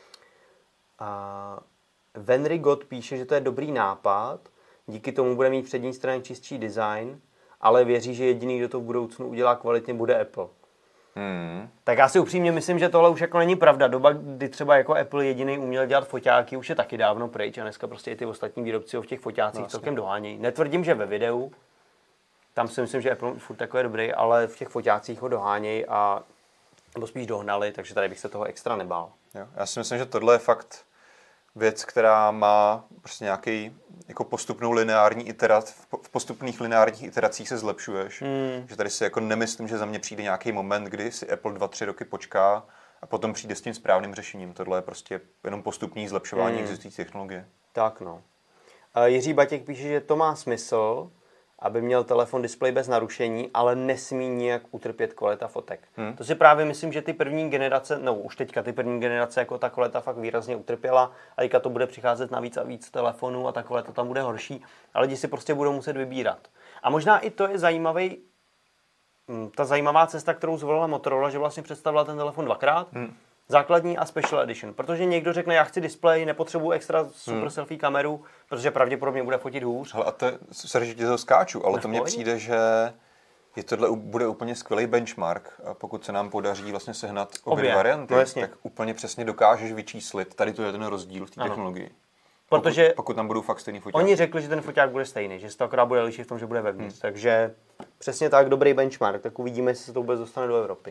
Speaker 1: A Venry God píše, že to je dobrý nápad, díky tomu bude mít přední straně čistší design, ale věří, že jediný, kdo to v budoucnu udělá kvalitně, bude Apple.
Speaker 2: Hmm.
Speaker 1: Tak já si upřímně myslím, že tohle už jako není pravda. Doba, kdy třeba jako Apple jediný uměl dělat foťáky, už je taky dávno pryč a dneska prostě i ty ostatní výrobci ho v těch foťácích no, celkem dohánějí. Netvrdím, že ve videu, tam si myslím, že Apple furt takový dobrý, ale v těch foťácích ho dohánějí a nebo spíš dohnali, takže tady bych se toho extra nebál.
Speaker 2: Jo. Já si myslím, že tohle je fakt věc, která má prostě nějaký jako postupnou lineární iteraci, v postupných lineárních iteracích se zlepšuješ. Hmm. Že tady si jako nemyslím, že za mě přijde nějaký moment, kdy si Apple dva, tři roky počká a potom přijde s tím správným řešením. Tohle je prostě jenom postupný zlepšování hmm. existující technologie.
Speaker 1: Tak no. Jiří Batěk píše, že to má smysl, aby měl telefon displej bez narušení, ale nesmí nijak utrpět kvalita fotek. Hmm. To si právě myslím, že ty první generace, no už teďka ty první generace, jako ta kvalita fakt výrazně utrpěla a teďka to bude přicházet na víc a víc telefonů a ta kvalita tam bude horší a lidi si prostě budou muset vybírat. A možná i to je zajímavý, ta zajímavá cesta, kterou zvolila Motorola, že vlastně představila ten telefon dvakrát, hmm. základní a special edition, protože někdo řekne, já chci displej, nepotřebuji extra super hmm. selfie kameru, protože pravděpodobně bude fotit hůř.
Speaker 2: Hele, a to, sorry, že tě to skáču, ale
Speaker 1: Na
Speaker 2: to mně přijde, že je tohle bude úplně skvělý benchmark, a pokud se nám podaří vlastně sehnat obě, obě. varianty, no tak úplně přesně dokážeš vyčíslit, tady to je ten rozdíl v té technologii.
Speaker 1: Protože
Speaker 2: pokud, pokud tam budou fakt stejný foťák.
Speaker 1: Oni řekli, že ten foťák bude stejný, že se to akorát bude lišit v tom, že bude vevnitř, hmm. takže přesně tak, dobrý benchmark, tak uvidíme, jestli se to vůbec dostane do Evropy.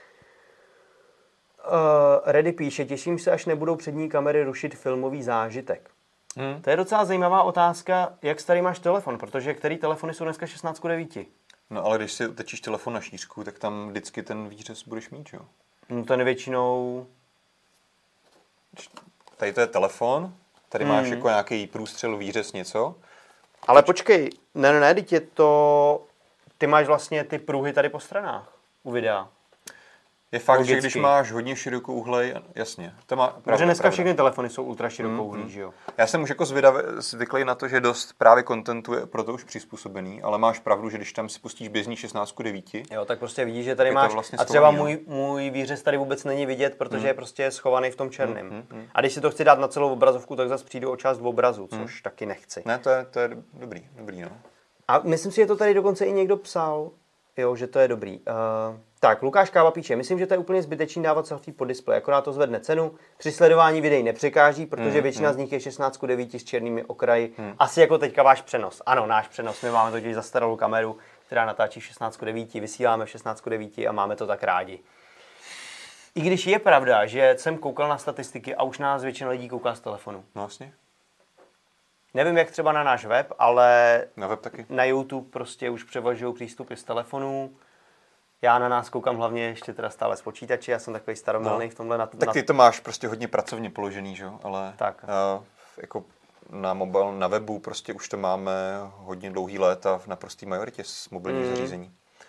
Speaker 1: Uh, Reddy píše, těším se, až nebudou přední kamery rušit filmový zážitek. Hmm. To je docela zajímavá otázka, jak starý máš telefon, protože který telefony jsou dneska šestnáct ku devíti.
Speaker 2: No ale když si tečíš telefon na šířku, tak tam vždycky ten výřez budeš mít, jo?
Speaker 1: No ten většinou...
Speaker 2: Tady to je telefon, tady hmm. máš jako nějaký průstřel, výřez, něco.
Speaker 1: Ale Poč- počkej, ne, ne, ne, teď je to... Ty máš vlastně ty pruhy tady po stranách u videa.
Speaker 2: Je fakt, logicky, že když máš hodně širokou uhlej, jasně. To má pravda,
Speaker 1: protože dneska
Speaker 2: pravda.
Speaker 1: všechny telefony jsou ultra širokou uhlí,
Speaker 2: mm,
Speaker 1: že jo?
Speaker 2: Já jsem už jako zvyklý na to, že dost právě contentu je proto už přizpůsobený, ale máš pravdu, že když tam si pustíš běžný šestnáct ku devíti,
Speaker 1: jo, tak prostě vidíš, že tady máš, vlastně a třeba můj, můj výřez tady vůbec není vidět, protože mm. je prostě schovaný v tom černém. Mm, mm, mm. A když si to chci dát na celou obrazovku, tak zase přijdu o část v obrazu, což mm. taky nechci.
Speaker 2: Ne, to je, to je dobrý, dobrý, no.
Speaker 1: A myslím si, že to tady dokonce i někdo psal, jo, že to je dobrý. Uh, tak, Lukáš Káva píše, myslím, že to je úplně zbytečný dávat selfie pod displej, akorát to zvedne cenu. Při sledování videí nepřekáží, protože mm, většina mm. z nich je šestnáct ku devíti s černými okraji. Mm. Asi jako teďka váš přenos. Ano, náš přenos. My máme totiž zastaralou kameru, která natáčí šestnáct ku devíti, vysíláme v šestnáct ku devíti a máme to tak rádi. I když je pravda, že jsem koukal na statistiky a už nás většina lidí kouká z telefonu.
Speaker 2: No vlastně.
Speaker 1: Nevím, jak třeba na náš web, ale
Speaker 2: na web taky.
Speaker 1: Na YouTube prostě už převažují přístupy z telefonů. Já na nás koukám hlavně ještě teda stále z počítače, já jsem takový staromilný no. v tomhle. Na,
Speaker 2: tak ty to máš prostě hodně pracovně položený, že? Ale
Speaker 1: tak.
Speaker 2: Uh, jako na mobil, na webu prostě už to máme hodně dlouhý léta v naprostý majoritě s mobilních mm. zařízení.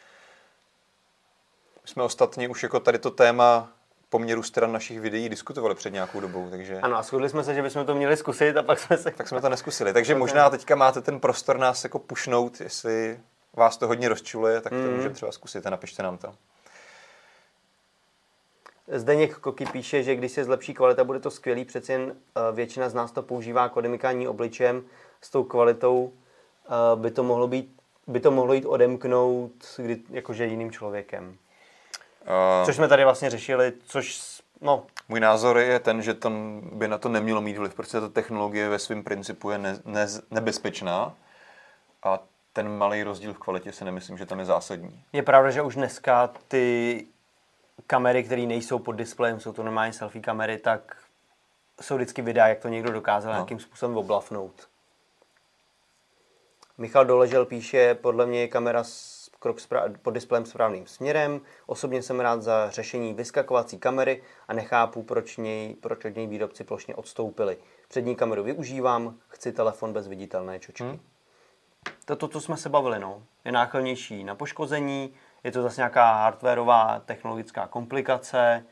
Speaker 2: My jsme ostatně už jako tady to téma poměru stran našich videí diskutovali před nějakou dobou, takže...
Speaker 1: Ano, a shodli jsme se, že bychom to měli zkusit a pak jsme se...
Speaker 2: Tak jsme to neskusili, takže možná teďka máte ten prostor nás jako pušnout, jestli vás to hodně rozčuluje, tak to mm. můžeme třeba zkusit a napište nám to.
Speaker 1: Zdeněk Koky píše, že když se zlepší kvalita, bude to skvělý, přeci jen většina z nás to používá k odemykání obličem, s tou kvalitou by to mohlo být, by to mohlo jít odemknout kdy, jakože jiným člověkem. Uh, což jsme tady vlastně řešili, což No.
Speaker 2: Můj názor je ten, že to by na to nemělo mít vliv, protože ta technologie ve svém principu je ne, ne, nebezpečná a ten malý rozdíl v kvalitě si nemyslím, že tam je zásadní.
Speaker 1: Je pravda, že už dneska ty kamery, které nejsou pod displejem, jsou to normální selfie kamery, tak jsou vždycky videa, jak to někdo dokázal no. nějakým způsobem oblafnout. Michal Doležel píše, podle mě je kamera krok spra- pod displejem správným směrem. Osobně jsem rád za řešení vyskakovací kamery a nechápu, proč, něj, proč od něj výrobci plošně odstoupili. Přední kameru využívám, chci telefon bez viditelné čočky. Hmm. To je to, co jsme se bavili, no. Je náchylnější na poškození, je to zase nějaká hardwareová technologická komplikace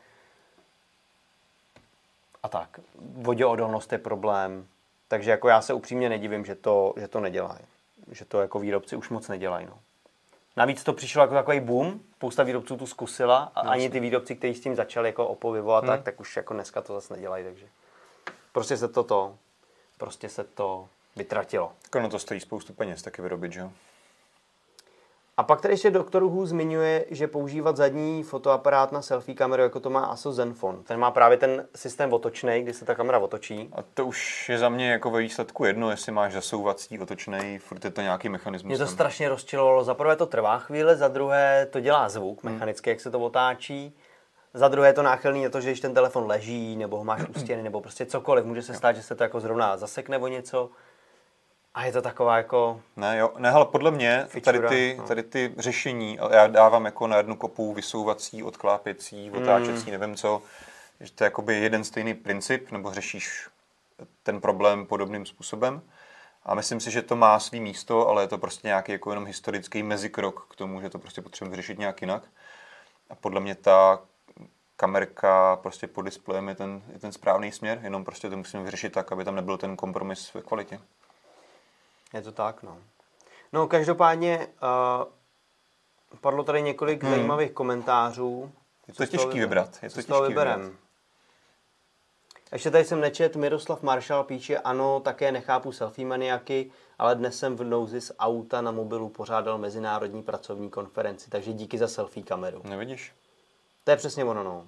Speaker 1: a tak. Voděodolnost je problém, takže jako já se upřímně nedivím, že to, že to nedělají. Že to jako výrobci už moc nedělají, no. Navíc to přišlo jako takový boom, spousta výrobců tu zkusila a ani ty výrobci, kteří s tím začali jako Oppo, Vivo a tak, hmm. tak už jako dneska to zase nedělají, takže prostě se to to, prostě se to vytratilo.
Speaker 2: Tak ono to stojí spoustu peněz taky vyrobit, že jo?
Speaker 1: A pak tady ještě doktor Hu zmiňuje, že používat zadní fotoaparát na selfie kameru, jako to má Asus Zenfone. Ten má právě ten systém otočnej, kdy se ta kamera otočí.
Speaker 2: A to už je za mě jako ve výsledku jedno, jestli máš zasouvací, otočnej, furt je to nějaký mechanismus.
Speaker 1: Mě to tam strašně rozčilovalo. Za prvé to trvá chvíli, za druhé to dělá zvuk mechanicky, hmm. jak se to otáčí. Za druhé je to náchylný na to, že když ten telefon leží, nebo ho máš u stěny, nebo prostě cokoliv, může se stát, že se to jako zrovna zasekne o něco. A je to taková jako...
Speaker 2: Ne, jo, ne, ale podle mě tady ty, tady ty řešení, já dávám jako na jednu kopu vysouvací, odklápěcí, otáčecí, mm. nevím co, že to je jakoby jeden stejný princip, nebo řešíš ten problém podobným způsobem. A myslím si, že to má svý místo, ale je to prostě nějaký jako jenom historický mezikrok k tomu, že to prostě potřebujeme vyřešit nějak jinak. A podle mě ta kamerka prostě pod displejem je ten, je ten správný směr, jenom prostě to musíme vyřešit tak, aby tam nebyl ten kompromis ve kvalitě.
Speaker 1: Je to tak, no. No, každopádně uh, padlo tady několik hmm. zajímavých komentářů.
Speaker 2: Je to těžký vybrat. Je to
Speaker 1: těžký vyberem. Ještě tady jsem nečet, Miroslav Maršal píše, ano, také nechápu selfie maniaky, ale dnes jsem v nouzi z auta na mobilu pořádal mezinárodní pracovní konferenci, takže díky za selfie kameru.
Speaker 2: Nevidíš?
Speaker 1: To je přesně ono, no.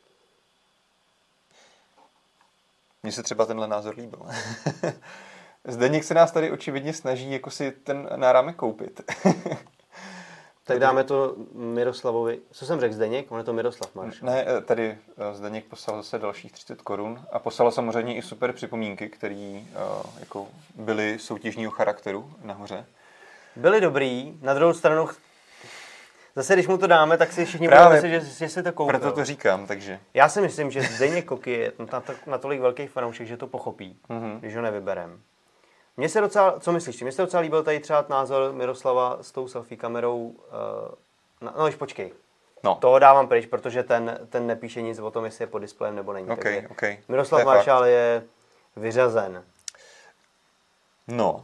Speaker 2: Mně se třeba tenhle názor líbil. Zdeněk se nás tady očividně snaží jako si ten náramek koupit.
Speaker 1: Tak dáme to Miroslavovi. Co jsem řekl, Zdeněk? On je to Miroslav Maršal.
Speaker 2: Ne, tady Zdeněk poslal zase dalších třicet korun a poslal samozřejmě i super připomínky, které uh, jako byly soutěžního charakteru nahoře.
Speaker 1: Byly dobrý, na druhou stranu zase, když mu to dáme, tak si všichni budou myslet, že, že si to koupil.
Speaker 2: Proto to říkám, takže.
Speaker 1: Já si myslím, že Zdeněk Koky je natolik velký fanoušek, že to pochopí, mm-hmm. když ho nevyberem. Mně se docela, co myslíš? Mně se docela líbil tady třeba názor Miroslava s tou selfie kamerou. Uh, no, už počkej.
Speaker 2: No.
Speaker 1: Toho dávám pryč, protože ten, ten nepíše nic o tom, jestli je pod displejem nebo není.
Speaker 2: Okay, okay.
Speaker 1: Miroslav Maršal je vyřazen.
Speaker 2: No.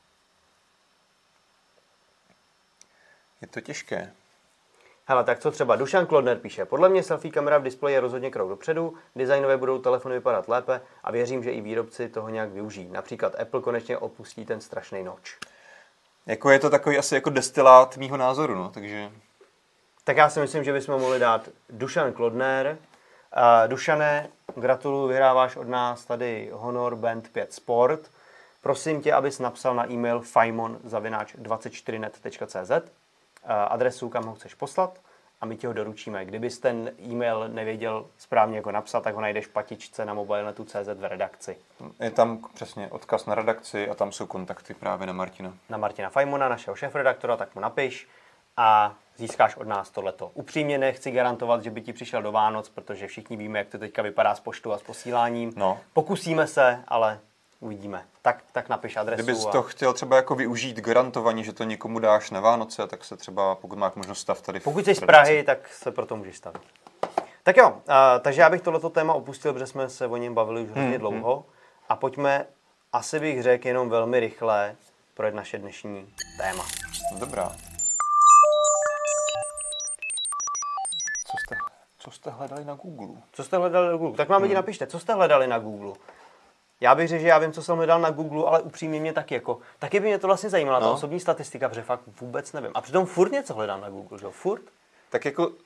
Speaker 2: Je to těžké.
Speaker 1: Hele, tak co třeba? Dušan Klodner píše, podle mě selfie kamera v displeji je rozhodně krok dopředu, designově budou telefony vypadat lépe a věřím, že i výrobci toho nějak využijí. Například Apple konečně opustí ten strašný notch.
Speaker 2: Jako je to takový asi jako destilát mýho názoru, no, takže...
Speaker 1: Tak já si myslím, že bychom mohli dát Dušan Klodner. Uh, Dušane, gratuluju, vyhráváš od nás tady Honor Band pět Sport. Prosím tě, abys napsal na e-mail fajmon zavináč dvacet čtyři net tečka cé zet adresu, kam ho chceš poslat a my ti ho doručíme. Kdybys ten e-mail nevěděl správně jako napsat, tak ho najdeš v patičce na mobilenetu tečka cé zet v redakci.
Speaker 2: Je tam přesně odkaz na redakci a tam jsou kontakty právě na Martina.
Speaker 1: Na Martina Fajmona, našeho šéfredaktora, tak mu napiš a získáš od nás tohleto. Upřímně nechci garantovat, že by ti přišel do Vánoc, protože všichni víme, jak to teďka vypadá s poštou a s posíláním.
Speaker 2: No.
Speaker 1: Pokusíme se, ale uvidíme. Tak, tak napiš adresu.
Speaker 2: Kdybys
Speaker 1: a...
Speaker 2: to chtěl třeba jako využít garantovaně, že to někomu dáš na Vánoce, tak se třeba, pokud máš možnost, stav tady.
Speaker 1: Pokud jsi z Prahy, tak se pro to můžeš stavit. Tak jo, uh, takže já bych tohleto téma opustil, protože jsme se o něm bavili už hodně hmm, dlouho. Hmm. A pojďme, asi bych řekl, jenom velmi rychle projet naše dnešní téma.
Speaker 2: Dobrá. Co jste, co jste hledali na Google?
Speaker 1: Co jste hledali na Google? Tak nám lidi hmm. napište, co jste hledali na Google. Já bych řekl, že já vím, co jsem hledal na Google, ale upřímně mě taky jako, taky by mě to vlastně zajímala, no. Ta osobní statistika, protože fakt vůbec nevím. A přitom furt něco hledám na Google, že jo? Furt?
Speaker 2: Tak jako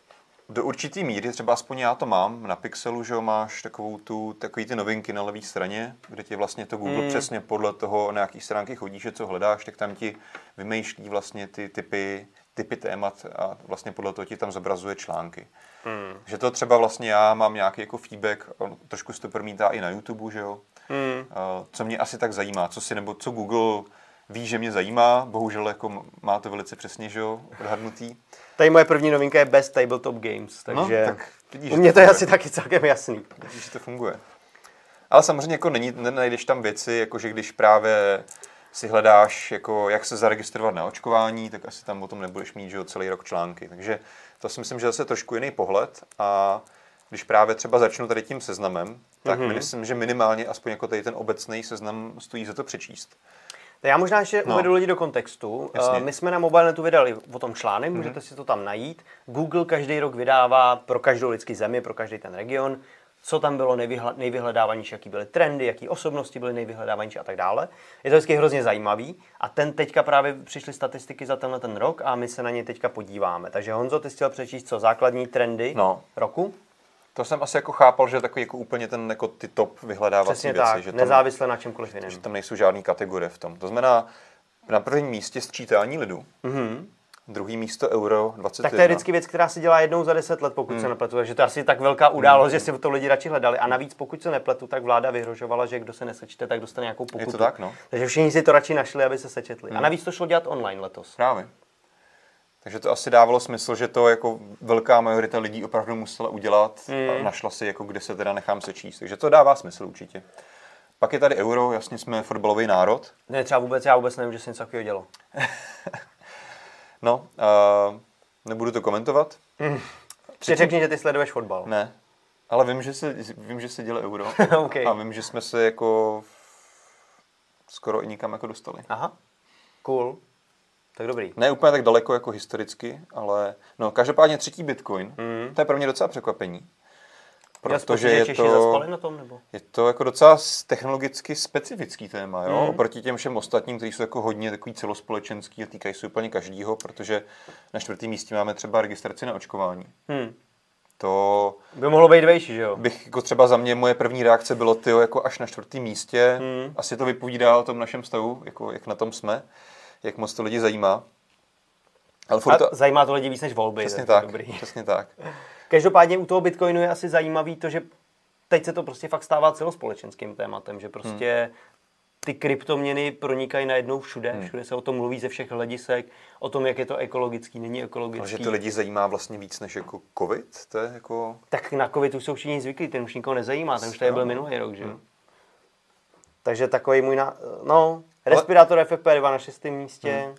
Speaker 2: Do určitý míry, třeba aspoň já to mám, na Pixelu, že máš takovou tu, takový ty novinky na levé straně, kde ti vlastně to Google mm. přesně podle toho, na jaký stránky chodíš, co hledáš, tak tam ti vymýšlí vlastně ty typy, typy témat a vlastně podle toho ti tam zobrazuje články. Mm. Že to třeba vlastně já mám nějaký jako feedback, on trošku se to promítá i na YouTube, že jo, mm. co mě asi tak zajímá, co si, nebo co Google ví, že mě zajímá, bohužel jako má to velice přesně, že jo, odhadnutý.
Speaker 1: Tady moje první novinka je Best Tabletop Games, takže
Speaker 2: no, tak vidíš,
Speaker 1: u mě to je asi taky celkem jasný.
Speaker 2: Vidíš, že to funguje. Ale samozřejmě jako není, nenajdeš tam věci, jako že když právě si hledáš, jako jak se zaregistrovat na očkování, tak asi tam o tom nebudeš mít, že jo, celý rok články. Takže to si myslím, že zase trošku jiný pohled a když právě třeba začnu tady tím seznamem, tak mm-hmm. myslím, že minimálně aspoň jako tady ten obecný seznam stojí za to přečíst.
Speaker 1: Já možná ještě no. uvedu lidi do kontextu. Jasně. My jsme na Mobilenetu vydali o tom článek, mm-hmm. můžete si to tam najít. Google každý rok vydává pro každou lidskou zemi, pro každý ten region, co tam bylo nejvyhledávanější, jaký byly trendy, jaký osobnosti byly nejvyhledávanější a tak dále. Je to vždycky hrozně zajímavý a ten teďka právě přišly statistiky za tenhle ten rok a my se na ně teďka podíváme. Takže Honzo, ty jsi chtěl přečíst co? Základní trendy
Speaker 2: no.
Speaker 1: roku?
Speaker 2: To jsem asi jako chápal, že takový jako úplně ten jako ty top vyhledávací
Speaker 1: Přesně
Speaker 2: věci.
Speaker 1: Tak,
Speaker 2: že tam,
Speaker 1: nezávisle na čemkoliv jiném.
Speaker 2: Že tam nejsou žádný kategorie v tom. To znamená na prvním místě sčítání lidu, mm-hmm. druhý místo Euro dvacet jedna.
Speaker 1: Tak to je vždycky věc, která se dělá jednou za deset let, pokud mm. se nepletu. Takže to je asi tak velká událost, mm. že si to lidi radši hledali. A navíc, pokud se nepletu, tak vláda vyhrožovala, že kdo se nesečte, tak dostane nějakou pokutu.
Speaker 2: Je to tak, no.
Speaker 1: Takže všichni si to radši našli, aby se sečetli. Mm. A navíc to šlo dělat online letos.
Speaker 2: Právě. Takže to asi dávalo smysl, že to jako velká majorita lidí opravdu musela udělat mm. a našla si, jako kde se teda nechám sečíst. Takže to dává smysl určitě. Pak je tady Euro, jasně jsme fotbalový národ.
Speaker 1: Ne, třeba vůbec, já vůbec nevím, že se něco takového dělo.
Speaker 2: No, uh, nebudu to komentovat.
Speaker 1: Mm. Třetí... Řekni, že ty sleduješ fotbal.
Speaker 2: Ne, ale vím, že se, vím, že se dělo Euro.
Speaker 1: Okay.
Speaker 2: A vím, že jsme se jako skoro i nikam jako dostali.
Speaker 1: Aha, cool. Tak dobrý.
Speaker 2: Ne úplně tak daleko jako historicky, ale no, každopádně třetí Bitcoin, mm. to je pro mě docela překvapení. Protože je
Speaker 1: Češi
Speaker 2: to,
Speaker 1: zaspali na tom, nebo?
Speaker 2: je to jako docela technologicky specifický téma, jo?
Speaker 1: Mm.
Speaker 2: Oproti těm všem ostatním, kteří jsou jako hodně takový celospolečenský a týkají se úplně každýho, protože na čtvrtém místě máme třeba registraci na očkování. Mm. To
Speaker 1: by mohlo být vejší, že jo?
Speaker 2: Bych jako třeba za mě moje první reakce bylo tyjo, jako až na čtvrtém místě. Mm. Asi to vypovídá o tom našem stavu, jako jak na tom jsme, jak moc to lidi zajímá.
Speaker 1: Ale furt to... zajímá to lidi víc než volby.
Speaker 2: Přesně tak, dobrý. Přesně tak.
Speaker 1: Každopádně u toho Bitcoinu je asi zajímavý to, že teď se to prostě fakt stává celospolečenským tématem, že prostě hmm. ty kryptoměny pronikají najednou všude, hmm. všude se o tom mluví ze všech hledisek, o tom, jak je to ekologický, není ekologický.
Speaker 2: Ale že to lidi zajímá vlastně víc než jako covid, to je jako...
Speaker 1: Tak na covid už jsou všichni zvyklí, ten už nikoho nezajímá, ten už tady byl minulý rok, že jo. Hmm. Takže takový můj, na... no, respirátor Ale... F F P dva na šestém místě. Hmm.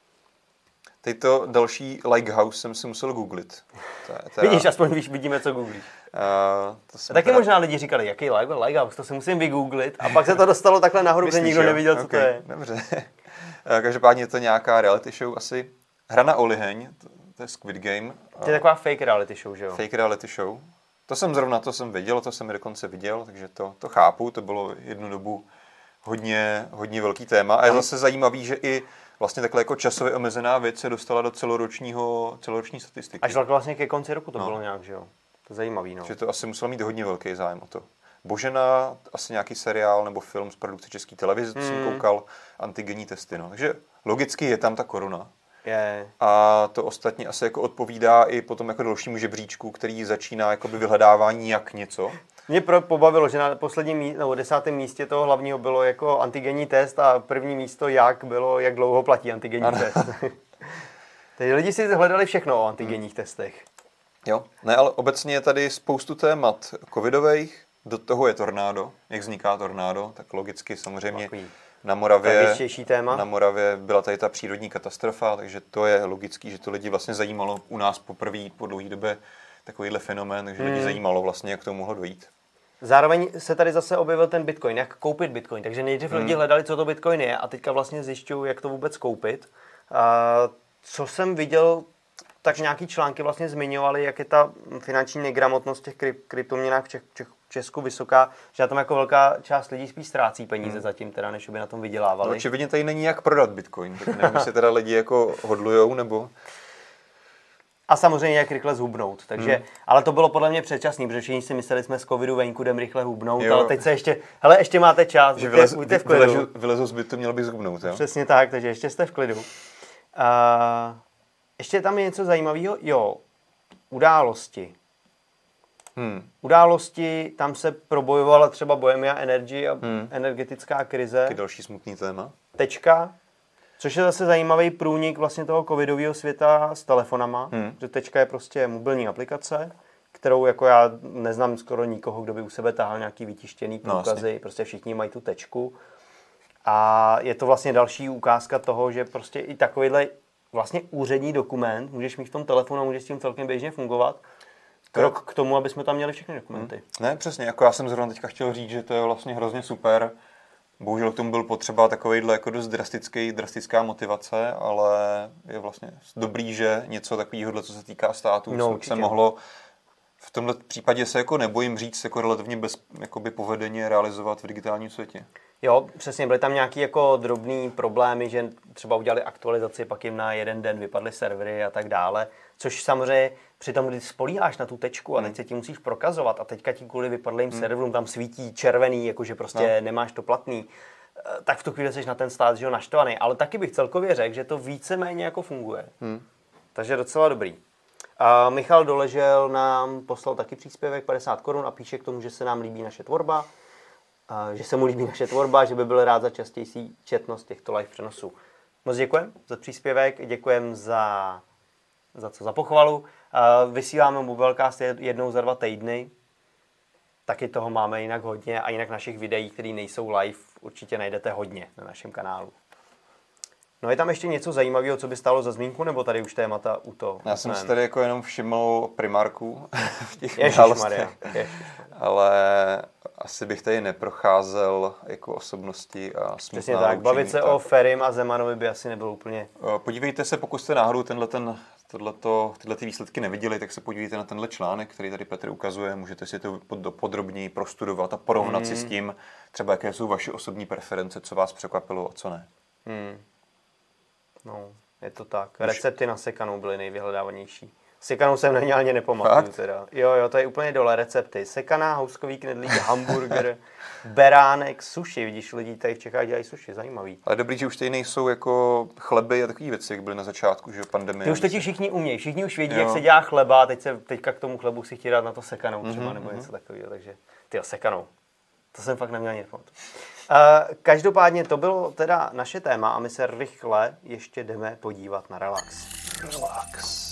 Speaker 2: Teď to další Likehouse jsem si musel googlit. To je,
Speaker 1: teda... Vidíš, aspoň víš, vidíme, co googlíš. Uh, to a taky teda... možná lidi říkali, jaký like, Likehouse, to si musím vygooglit. A pak se to dostalo takhle nahoru, že nikdo neviděl, co okay, to je.
Speaker 2: Dobře. Každopádně je to nějaká reality show asi. Hra na oliheň, to, to je Squid Game.
Speaker 1: To je taková fake reality show, že jo?
Speaker 2: Fake reality show. To jsem zrovna, to jsem viděl, to jsem dokonce viděl, takže to, to chápu, to bylo jednu dobu hodně, hodně velký téma. A je zase zajímavý, že i vlastně takhle jako časově omezená věc se dostala do celoročního, celoroční statistiky.
Speaker 1: Až vlastně ke konci roku to no. bylo nějak, že jo? To je zajímavý, no.
Speaker 2: Že to asi muselo mít hodně velký zájem o to. Božena, asi nějaký seriál nebo film z produkce České televize, co hmm. jsem koukal, antigenní testy, no. Takže logicky je tam ta koruna.
Speaker 1: Je.
Speaker 2: A to ostatně asi jako odpovídá i potom jako dalšímu žebříčku, který začíná jakoby vyhledávání jak něco.
Speaker 1: Mě pro, pobavilo, že na posledním mí, nebo desátém místě toho hlavního bylo jako antigenní test a první místo jak bylo, jak dlouho platí antigenní ano. test. Takže lidi si hledali všechno o antigenních hmm. testech.
Speaker 2: Jo, ne, ale obecně je tady spoustu témat covidových, do toho je tornádo. Jak vzniká tornádo, tak logicky samozřejmě Takový. na Moravě,
Speaker 1: téma.
Speaker 2: na Moravě byla tady ta přírodní katastrofa, takže to je logický, že to lidi vlastně zajímalo u nás poprvé po dlouhé době takovýhle fenomén, takže hmm. lidi zajímalo vlastně, jak to mohlo dojít.
Speaker 1: Zároveň se tady zase objevil ten Bitcoin, jak koupit Bitcoin. Takže nejdřív hmm. lidi hledali, co to Bitcoin je a teďka vlastně zjišťují, jak to vůbec koupit. A co jsem viděl, tak nějaký články vlastně zmiňovaly, jak je ta finanční negramotnost v těch kry- kryptoměnách v Čech, Čech, Česku vysoká, že na tom jako velká část lidí spíš ztrácí peníze hmm. zatím, teda, než by na tom vydělávali.
Speaker 2: No, očividně tady není jak prodat Bitcoin, tak nevím, jestli teda lidi jako hodlujou, nebo...
Speaker 1: A samozřejmě jak rychle zhubnout. Takže, hmm. Ale to bylo podle mě předčasný, protože všichni si mysleli, jsme z covidu venku, jdem rychle hubnout, jo. Ale teď se ještě, hele, ještě máte čas,
Speaker 2: že
Speaker 1: vylez,
Speaker 2: vylez,
Speaker 1: v klidu.
Speaker 2: Vylezu, vylezu z bytu, měl bych zhubnout, jo?
Speaker 1: Přesně tak, takže ještě jste v klidu. Uh, ještě tam je něco zajímavého, jo, události. Hmm. Události, tam se probojovala třeba Bohemia Energy a hmm. energetická krize.
Speaker 2: Taky další smutný téma.
Speaker 1: Tečka. Což je zase zajímavý průnik vlastně toho covidového světa s telefonama, hmm. že Tečka je prostě mobilní aplikace, kterou jako já neznám skoro nikoho, kdo by u sebe tahal nějaký vytištěný průkazy, no, prostě všichni mají tu Tečku. A je to vlastně další ukázka toho, že prostě i takovýhle vlastně úřední dokument můžeš mít v tom telefonu a můžeš s tím celkem běžně fungovat. Krok k tomu, aby jsme tam měli všechny dokumenty.
Speaker 2: Hmm. Ne, přesně, jako já jsem zrovna teďka chtěl říct, že to je vlastně hrozně super. Bohužel k tomu byl potřeba takovejhle jako dost drastický, drastická motivace, ale je vlastně dobrý, že něco takového, co se týká států, no, se mohlo v tomhle případě se jako nebojím říct jako relativně bez jakoby povedeně realizovat v digitálním světě.
Speaker 1: Jo, přesně, byly tam nějaký jako drobný problémy, že třeba udělali aktualizaci, pak jim na jeden den vypadly servery a tak dále, což samozřejmě při tom, když spolíháš na tu Tečku a teď se ti musíš prokazovat a teďka ti kvůli vypadlým hmm. serverům tam svítí červený, jakože prostě no. nemáš to platný, tak v tu chvíli jsi na ten stát, že ho naštvaný. Ale taky bych celkově řekl, že to víceméně jako funguje. Hmm. Takže docela dobrý. A Michal Doležel nám poslal taky příspěvek padesát korun a píše k tomu, že se nám líbí naše tvorba, a že se mu líbí naše tvorba, že by byl rád za častější četnost těchto live přenosů. Moc děkujem za příspěvek, děkujem za, za co, za pochvalu. Vysíláme Mobilecast jednou za dva týdny, taky toho máme jinak hodně a jinak našich videí, které nejsou live, určitě najdete hodně na našem kanálu. No je tam ještě něco zajímavého, co by stálo za zmínku, nebo tady už témata u toho?
Speaker 2: Já jsem si tady jako jenom všiml primárku v těch
Speaker 1: Ježišmarja.
Speaker 2: Ale asi bych tady neprocházel jako osobnosti a smutná.
Speaker 1: Přesně tak, bavit se tak. O Ferim a Zemanovi by asi nebylo úplně...
Speaker 2: Podívejte se, pokud jste náhodou tenhle ten, tohleto, tyhle ty výsledky neviděli, tak se podívejte na tenhle článek, který tady Petr ukazuje, můžete si to podrobněji prostudovat a porovnat hmm. si s tím, třeba jaké jsou vaše osobní preference, co vás překvapilo a co ne. Hmm.
Speaker 1: No, je to tak. Recepty na sekanou byly nejvyhledávanější. Sekanou jsem na ně nepamatuju teda. Jo, jo, to je úplně dole recepty. Sekaná, houskový knedlík, hamburger, beránek, sushi. Vidíš, lidi tady v Čechách dělají sushi, zajímavý.
Speaker 2: Ale dobrý, že už tady nejsou jako chleby a takové věci, jak byly na začátku, že pandemie.
Speaker 1: Ty už teď všichni umějí, všichni už vědí, jo. jak se dělá chleba a teď se, teďka k tomu chlebu si chtějí dát na to sekanou třeba mm-hmm, nebo něco takového, takže tyjo, sekanou. To jsem fakt neměl ani nepamatuju. Uh, každopádně to bylo teda naše téma a my se rychle ještě jdeme podívat na relax.
Speaker 2: Relax.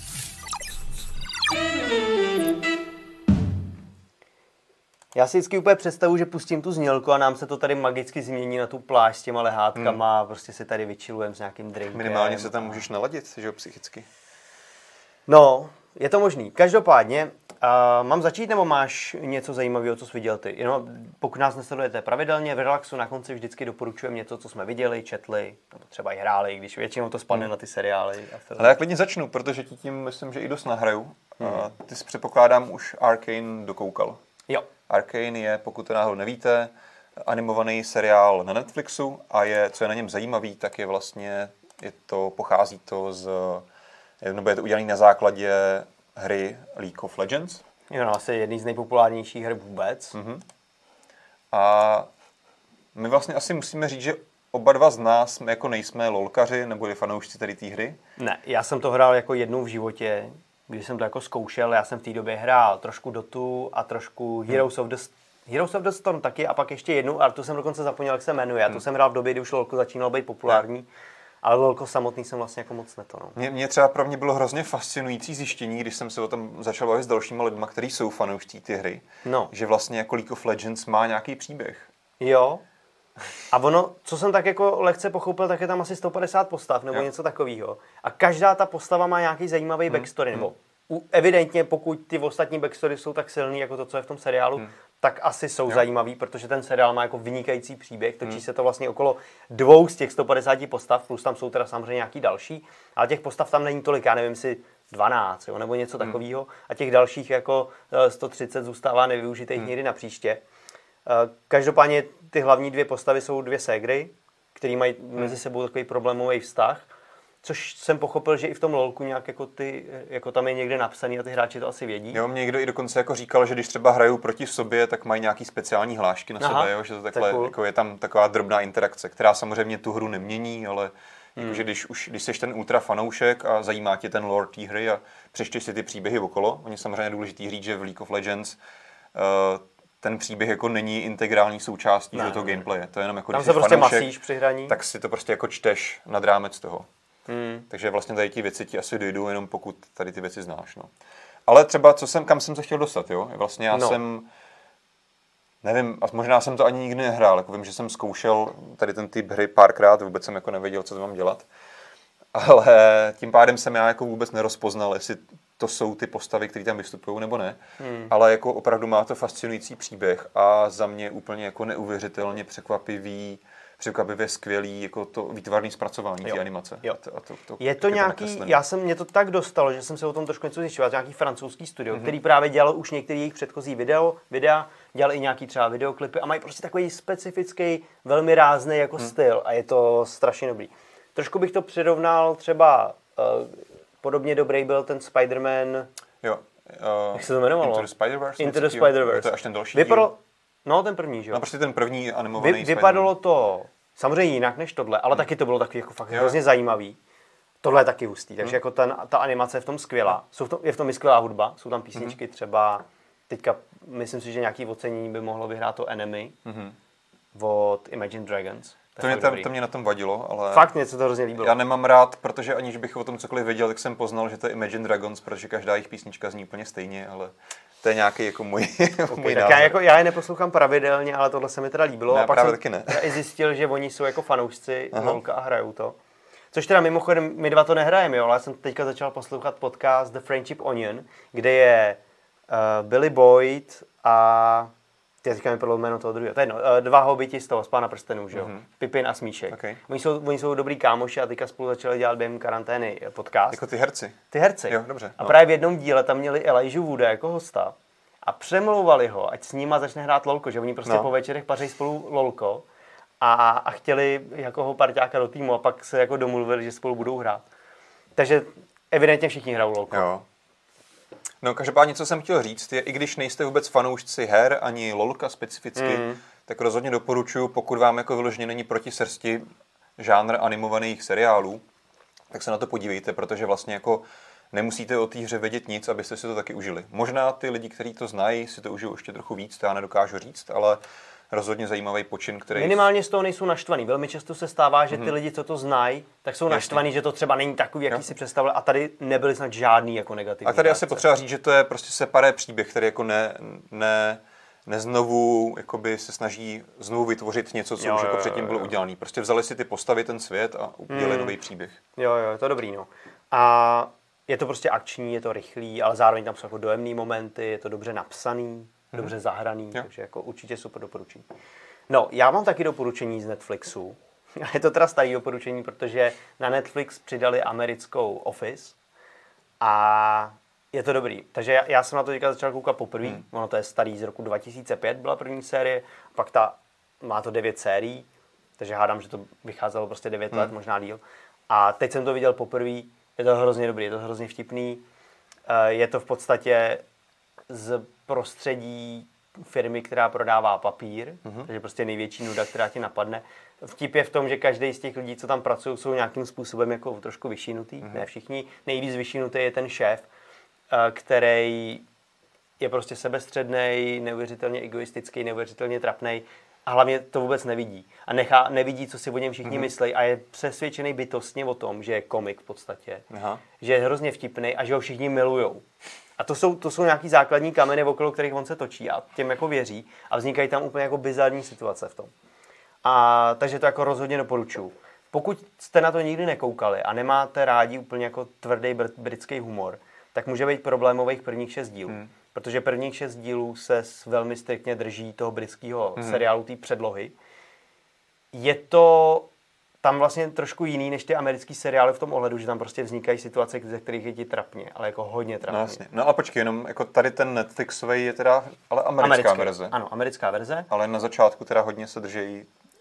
Speaker 1: Já si vždycky úplně představuji, že pustím tu znělku a nám se to tady magicky změní na tu pláž s těma lehátkama hmm. a prostě si tady vychillujeme s nějakým drinkem.
Speaker 2: Minimálně se tam můžeš naladit, že jo, psychicky.
Speaker 1: No, je to možný. Každopádně, uh, mám začít, nebo máš něco zajímavého, co jsi viděl ty? Jenom pokud nás nesledujete pravidelně, v Relaxu na konci vždycky doporučujeme něco, co jsme viděli, četli, nebo třeba i hráli, když většinou to spadne hmm. na ty seriály.
Speaker 2: Ale já klidně začnu, protože ti tím myslím, že i dost nahraju. Hmm. Uh, ty si předpokládám už Arcane dokoukal.
Speaker 1: Jo.
Speaker 2: Arcane je, pokud to náhodou nevíte, animovaný seriál na Netflixu a je, co je na něm zajímavý, tak je vlastně, je to, pochází to z, nebo je to udělané na základě hry League of Legends.
Speaker 1: Jo, no, asi jedný z nejpopulárnějších her vůbec.
Speaker 2: Mm-hmm. A my vlastně asi musíme říct, že oba dva z nás jsme jako nejsme lolkaři nebo je fanoušci tady té hry.
Speaker 1: Ne, já jsem to hrál jako jednou v životě, když jsem to jako zkoušel, já jsem v té době hrál trošku Dotu a trošku Heroes hmm. of the Heroes of the Storm taky a pak ještě jednu, ale tu jsem dokonce zapomněl, jak se jmenuje. Hmm. Tu jsem hrál v době, kdy už LoLko začínalo být populární, hmm. ale LoLko samotný jsem vlastně jako moc neto. No.
Speaker 2: Mě, mě třeba pro mě bylo hrozně fascinující zjištění, když jsem se o tom začal bavit s dalšíma lidma, kteří jsou fanoušci ty hry,
Speaker 1: no.
Speaker 2: že vlastně jako League of Legends má nějaký příběh.
Speaker 1: Jo. A ono, co jsem tak jako lehce pochopil, tak je tam asi sto padesát postav nebo jo. něco takového. A každá ta postava má nějaký zajímavý hmm. backstory, hmm. nebo evidentně, pokud ty ostatní backstory jsou tak silný jako to, co je v tom seriálu, hmm. tak asi jsou jo. zajímavý, protože ten seriál má jako vynikající příběh, točí hmm. se to vlastně okolo dvou z těch sto padesáti postav, plus tam jsou teda samozřejmě nějaký další, ale těch postav tam není tolik, já nevím si dvanáct, jo, nebo něco hmm. takového, a těch dalších jako sto třicet zůstává nevyužitých hmm. někdy na příště. Každopádně ty hlavní dvě postavy jsou dvě ségry, které mají hmm. mezi sebou takový problémový vztah. Což jsem pochopil, že i v tom lolku nějak jako ty, jako tam je někde napsaný a ty hráči to asi vědí.
Speaker 2: Jo, mě někdo i dokonce jako říkal, že když třeba hrajou proti sobě, tak mají nějaký speciální hlášky na
Speaker 1: Aha,
Speaker 2: sebe, jo, že to takhle,
Speaker 1: tak cool.
Speaker 2: jako je tam taková drobná interakce, která samozřejmě tu hru nemění, ale
Speaker 1: Hmm.
Speaker 2: jakože když už, když jsi ten ultra fanoušek a zajímá tě ten lore té hry a přečteš si ty příběhy okolo, oni samozřejmě je důležitý říct, že v League of Legends uh, ten příběh jako není integrální součástí ne, toho gameplaye. To je jenom jako
Speaker 1: tam
Speaker 2: když
Speaker 1: se prostě
Speaker 2: fanoušek,
Speaker 1: masíš při hraní.
Speaker 2: Tak si to prostě jako čteš nad rámec toho.
Speaker 1: Hmm.
Speaker 2: Takže vlastně tady ty věci ti asi dojdou, jenom pokud tady ty věci znáš. No. Ale třeba, co jsem, kam jsem se chtěl dostat, jo? Vlastně já no. jsem, nevím, a možná jsem to ani nikdy nehrál, jako vím, že jsem zkoušel tady ten typ hry párkrát, vůbec jsem jako nevěděl, co to mám dělat. Ale tím pádem jsem já jako vůbec nerozpoznal, jestli to jsou ty postavy, které tam vystupují, nebo ne. Hmm. Ale jako opravdu má to fascinující příběh a za mě úplně jako neuvěřitelně překvapivý, překvapivě skvělý, jako to výtvarné zpracování té animace.
Speaker 1: Jo.
Speaker 2: A to, a to, to,
Speaker 1: je to nějaký, to já jsem, mě to tak dostalo, že jsem se o tom trošku něco zjišťoval, nějaký francouzský studio, mm-hmm. který právě dělal už některý jejich předchozí video, videa, dělal i nějaký třeba videoklipy a mají prostě takový specifický, velmi rázný jako mm. styl a je to strašně dobrý. Trošku bych to přirovnal třeba, uh, podobně dobrý byl ten Spider-Man,
Speaker 2: jo. Uh,
Speaker 1: jak se to jmenovalo?
Speaker 2: Into the Spider-Verse?
Speaker 1: Into the Spider-Verse.
Speaker 2: To je až ten další
Speaker 1: Vypadalo,
Speaker 2: díl.
Speaker 1: No, ten první, že jo?
Speaker 2: No, prostě ten první animovaný
Speaker 1: Vy, Vypadalo to samozřejmě jinak než tohle, ale hmm. taky to bylo taky jako fakt
Speaker 2: jo.
Speaker 1: hrozně zajímavý. Tohle je taky hustý, takže hmm. jako ten, ta animace je v tom skvělá. Jsou v tom, je v tom i skvělá hudba, jsou tam písničky hmm. třeba, teďka myslím si, že nějaký ocenění by mohlo vyhrát to Enemy hmm. od Imagine Dragons.
Speaker 2: To mě, tam, to mě na tom vadilo, ale...
Speaker 1: Fakt mě se to hrozně líbilo.
Speaker 2: Já nemám rád, protože aniž bych o tom cokoliv věděl, tak jsem poznal, že to je Imagine Dragons, protože každá jejich písnička zní úplně stejně, ale to je nějaký jako můj,
Speaker 1: okay,
Speaker 2: můj
Speaker 1: tak já, jako, já je neposlouchám pravidelně, ale tohle se mi teda líbilo.
Speaker 2: Ne,
Speaker 1: a pak
Speaker 2: právě
Speaker 1: jsem
Speaker 2: taky ne.
Speaker 1: i zjistil, že oni jsou jako fanoušci lolka a hrajou to. Což teda mimochodem, my dva to nehrajeme, jo, ale já jsem teďka začal poslouchat podcast The Friendship Onion, kde je uh, Billy Boyd a... Já teďka mi padlo jméno toho druhého. To je jedno. Dva hobiti z toho, z Pána prstenů, že jo? Mm-hmm. Pipin a Smíšek. Okay. Oni, jsou, oni jsou dobrý kámoši a teďka spolu začali dělat během karantény podcast.
Speaker 2: Jako ty herci?
Speaker 1: Ty herci.
Speaker 2: Jo, dobře.
Speaker 1: A
Speaker 2: no.
Speaker 1: právě v jednom díle tam měli Elijah Wooda jako hosta a přemlouvali ho, ať s nima začne hrát lolko, že oni prostě no. po večerech paří spolu lolko a, a chtěli jako ho parťáka do týmu a pak se jako domluvili, že spolu budou hrát. Takže evidentně všichni hrajou lolko.
Speaker 2: Jo. No, každopádně, co jsem chtěl říct, je, i když nejste vůbec fanoušci her, ani lolka specificky, mm. tak rozhodně doporučuji, pokud vám jako vyloženě není proti srsti žánr animovaných seriálů, tak se na to podívejte, protože vlastně jako nemusíte o té hře vědět nic, abyste si to taky užili. Možná ty lidi, kteří to znají, si to užijou ještě trochu víc, to já nedokážu říct, ale rozhodně zajímavý počin, který...
Speaker 1: Minimálně z toho nejsou naštvaný. Velmi často se stává, že ty mm. lidi, co to znají, tak jsou Jasně. naštvaný, že to třeba není takový, jaký jo. si představili, a tady nebyly snad žádný jako negativní.
Speaker 2: A tady reakce. Asi potřeba říct, že to je prostě separé příběh, který jako ne, ne, neznovu jakoby se snaží znovu vytvořit něco, co jo, už jo, jako předtím bylo udělané. Prostě vzali si ty postavy, ten svět a udělali mm. nový příběh.
Speaker 1: Jo, jo, je to dobrý, no. A je to prostě akční, je to rychlý, ale zároveň tam jsou jako dojemný momenty, je to dobře napsaný, hmm. dobře zahraný, jo. takže jako určitě super doporučení. No, já mám taky doporučení z Netflixu. Je to teda starý doporučení, protože na Netflix přidali americkou Office a je to dobrý. Takže já, já jsem na to teďka začal koukat poprvé. Hmm. Ono to je starý, z roku dva tisíce pět byla první série, pak ta, má to devět sérií, takže hádám, že to vycházelo prostě devět hmm. let, možná díl. A teď jsem to viděl poprvé. Je to hrozně dobrý, je to hrozně vtipný. Je to v podstatě z prostředí firmy, která prodává papír, mm-hmm. takže prostě největší nuda, která ti napadne. Vtip je v tom, že každý z těch lidí, co tam pracují, jsou nějakým způsobem jako trošku vyšinutý, mm-hmm. ne všichni. Nejvíc vyšinutý je ten šéf, který je prostě sebestřednej, neuvěřitelně egoistický, neuvěřitelně trapnej. A hlavně to vůbec nevidí. A nechá, nevidí, co si o něm všichni mm-hmm. myslí. A je přesvědčený bytostně o tom, že je komik v podstatě. Aha. Že je hrozně vtipný a že ho všichni milujou. A to jsou, to jsou nějaký základní kameny, okolo kterých on se točí a těm jako věří. A vznikají tam úplně jako bizarní situace v tom. A takže to jako rozhodně doporučuju. Pokud jste na to nikdy nekoukali a nemáte rádi úplně jako tvrdý britský humor, tak může být problémových prvních šest dílů. Hmm. Protože prvních šest dílů se velmi striktně drží toho britského mm. seriálu, té předlohy. Je to tam vlastně trošku jiný než ty americký seriály v tom ohledu, že tam prostě vznikají situace, ze kterých je ti trapně, ale jako hodně trapně.
Speaker 2: No, jasně. No a počkej, jenom jako tady ten Netflixový je teda ale americká
Speaker 1: Americké,
Speaker 2: verze.
Speaker 1: Ano, americká verze.
Speaker 2: Ale na začátku teda hodně se drží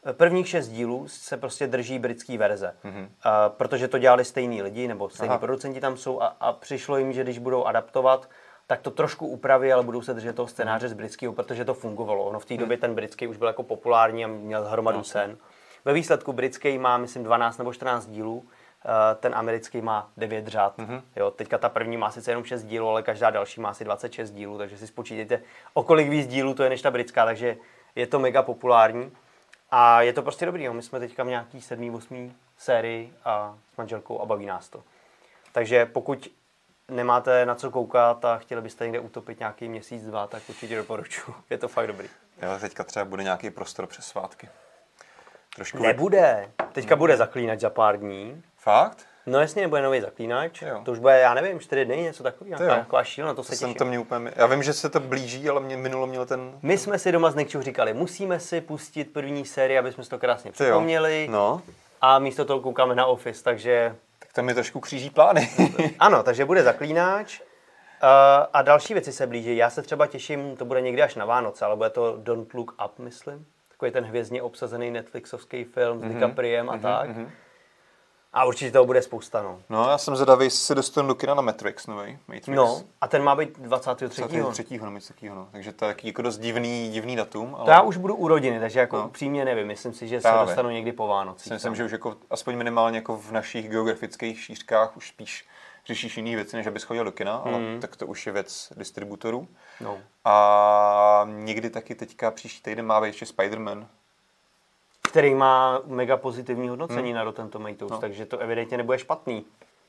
Speaker 1: prvních šest dílů se prostě drží britský verze.
Speaker 2: Mm-hmm.
Speaker 1: Uh, protože to dělali stejní lidi, nebo stejní
Speaker 2: Aha.
Speaker 1: producenti tam jsou a, a přišlo jim, že když budou adaptovat, tak to trošku upraví, ale budou se držet toho scénáře z britského, protože to fungovalo. Ono v té době ten britský už byl jako populární a měl hromadu no. sen. Ve výsledku britský má, myslím, dvanáct nebo čtrnáct dílů, ten americký má devět řad. Mm-hmm. Jo, teďka ta první má sice jenom šest dílů, ale každá další má asi dvacet šest dílů, takže si spočítejte, o kolik víc dílů to je než ta britská, takže je to mega populární. A je to prostě dobrý, jo. My jsme teďka v nějaký sedmý, osmý sérii a s manželkou a baví nás to. Takže pokud nemáte na co koukat a chtěli byste někde utopit nějaký měsíc, dva, tak určitě doporučuji. Je to fakt dobrý.
Speaker 2: Jo, teďka třeba bude nějaký prostor přes svátky. Trošku
Speaker 1: Nebude. Teďka bude Zaklínač za pár dní.
Speaker 2: Fakt?
Speaker 1: No jasně, nebude nový Zaklínač.
Speaker 2: Jo.
Speaker 1: To už bude, já nevím, čtyři dny, něco takového. Taková šílená, to se těším.
Speaker 2: To mě úplně, já vím, že se to blíží, ale mě minulo měl ten...
Speaker 1: My jsme si doma s Nekčou říkali, musíme si pustit první sérii, aby jsme si to krásně připomněli.
Speaker 2: No.
Speaker 1: A místo toho koukáme na Office, takže...
Speaker 2: Tak to mi trošku kříží plány.
Speaker 1: Ano, takže bude Zaklínač. Uh, a další věci se blíží. Já se třeba těším, to bude někdy až na Vánoce, ale bude to Don't Look Up, myslím. Takový ten hvězdně obsazený Netflixovský film s mm-hmm. DiCapriem a mm-hmm, tak. Mm-hmm. A určitě toho bude spousta, no.
Speaker 2: No, já jsem zvědavý, jestli se dostanu do kina na Matrix, nový Matrix.
Speaker 1: No, a ten má být dvacátého třetího
Speaker 2: dvacátého třetího no, takovýho, no. Takže to je jako dost divný, divný datum. Ale...
Speaker 1: To já už budu u rodiny, takže jako no. upřímně nevím. Myslím si, že
Speaker 2: Právě.
Speaker 1: se dostanu někdy po Vánocích.
Speaker 2: Myslím, že už jako, aspoň minimálně jako v našich geografických šířkách už spíš řešíš jiný věci, než abys chodil do kina, ale mm. tak to už je věc distributorů.
Speaker 1: No.
Speaker 2: A někdy taky teďka příští týden má být ještě Spider-Man.
Speaker 1: Který má mega pozitivní hodnocení hmm. na Rotten Tomatoes,
Speaker 2: no.
Speaker 1: takže to evidentně nebude špatný.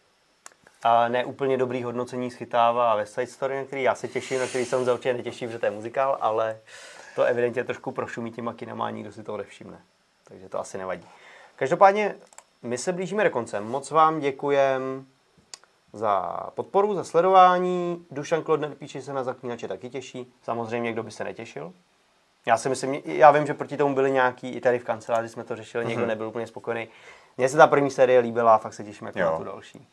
Speaker 1: A ne úplně dobrý hodnocení schytává West Side Story, na který já se těším, na který jsem se určitě netěším, protože to je muzikál, ale to evidentně trošku prošumí těma kinama a nikdo si toho nevšimne. Takže to asi nevadí. Každopádně my se blížíme do konce. Moc vám děkujem za podporu, za sledování. Dušan Klodner píše, že se na Zaklínače taky těší. Samozřejmě, kdo by se netěšil. Já si myslím, já vím, že proti tomu byli nějaký, i tady v kanceláři jsme to řešili, mm-hmm. někdo nebyl úplně spokojený. Mně se ta první série líbila a fakt se těším jako na tu další.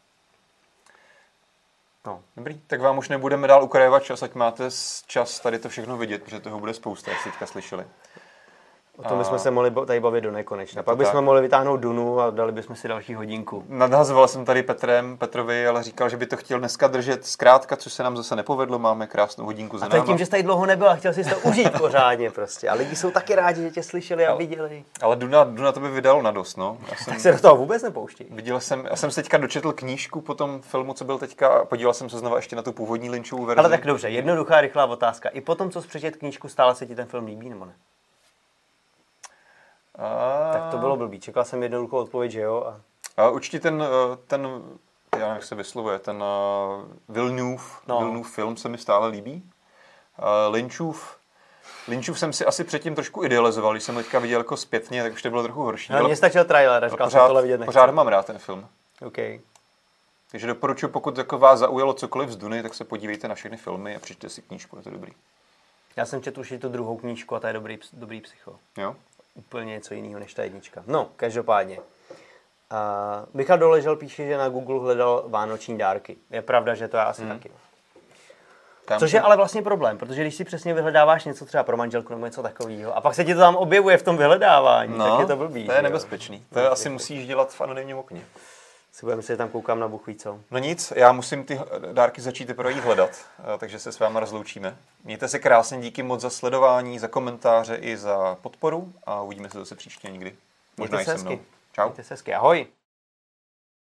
Speaker 2: No, dobrý. Tak vám už nebudeme dál ukrajovat čas, ať máte čas tady to všechno vidět, protože toho bude spousta, jak jste teďka slyšeli.
Speaker 1: O tom bychom se mohli tady bavit do nekonečna. Pak bychom mohli vytáhnout Dunu a dali bychom si další hodinku.
Speaker 2: Nadhazoval jsem tady Petrem, Petrovi, ale říkal, že by to chtěl dneska držet zkrátka, což se nám zase nepovedlo. Máme krásnou hodinku za náma.
Speaker 1: A to tím, že jsi tady dlouho nebyl a chtěl si to užít pořádně prostě. A lidi jsou taky rádi, že tě slyšeli a viděli.
Speaker 2: Ale Duna, Duna to by vydalo na dost, no. Já jsem,
Speaker 1: tak se do toho vůbec nepouští.
Speaker 2: Viděl jsem, já jsem se teďka dočetl knížku po tom filmu, co byl teďka, a podíval jsem se znova ještě na tu původní Lynchovu verzi.
Speaker 1: Ale tak dobře, jednoduchá, rychlá otázka. I potom, co jsi přečet knížku, stále se ti ten film líbí, nebo ne? A... Tak to bylo blbý. Čekal jsem jednoduchou odpověď, že jo? A...
Speaker 2: A určitě ten, ten, já nevím, jak se vyslovuje, ten uh, Villeneuve, no. Villeneuve film se mi stále líbí. Uh, Lynchův, Lynchův jsem si asi předtím trošku idealizoval, když jsem teďka viděl jako zpětně, tak už to bylo trochu horší.
Speaker 1: No, mně stačil trailer, říkal
Speaker 2: pořád,
Speaker 1: jsem tohle vidět nechci.
Speaker 2: Pořád mám rád ten film.
Speaker 1: Okay.
Speaker 2: Takže doporučuji, pokud jako vás zaujalo cokoliv z Duny, tak se podívejte na všechny filmy a přečtěte si knížku, je to dobrý.
Speaker 1: Já jsem četl už i tu druhou knížku a to je dobrý, dobrý psycho.
Speaker 2: Jo?
Speaker 1: Úplně něco jiného než ta jednička. No, každopádně. Uh, Michal Doležel píše, že na Google hledal vánoční dárky. Je pravda, že to je asi hmm. taky. Tam Což je ale vlastně problém, protože když si přesně vyhledáváš něco třeba pro manželku nebo něco takového a pak se ti to tam objevuje v tom vyhledávání,
Speaker 2: no,
Speaker 1: tak je to blbý.
Speaker 2: To je nebezpečný. To je asi musíš dělat v anonymním okně.
Speaker 1: Si budeme se tam koukám na buchví, co?
Speaker 2: No nic, já musím ty dárky začít teprve jít hledat, takže se s váma rozloučíme. Mějte se krásně, díky moc za sledování, za komentáře i za podporu a uvidíme se zase příště někdy. Možná i se mnou. Čau.
Speaker 1: Mějte se hezky, ahoj.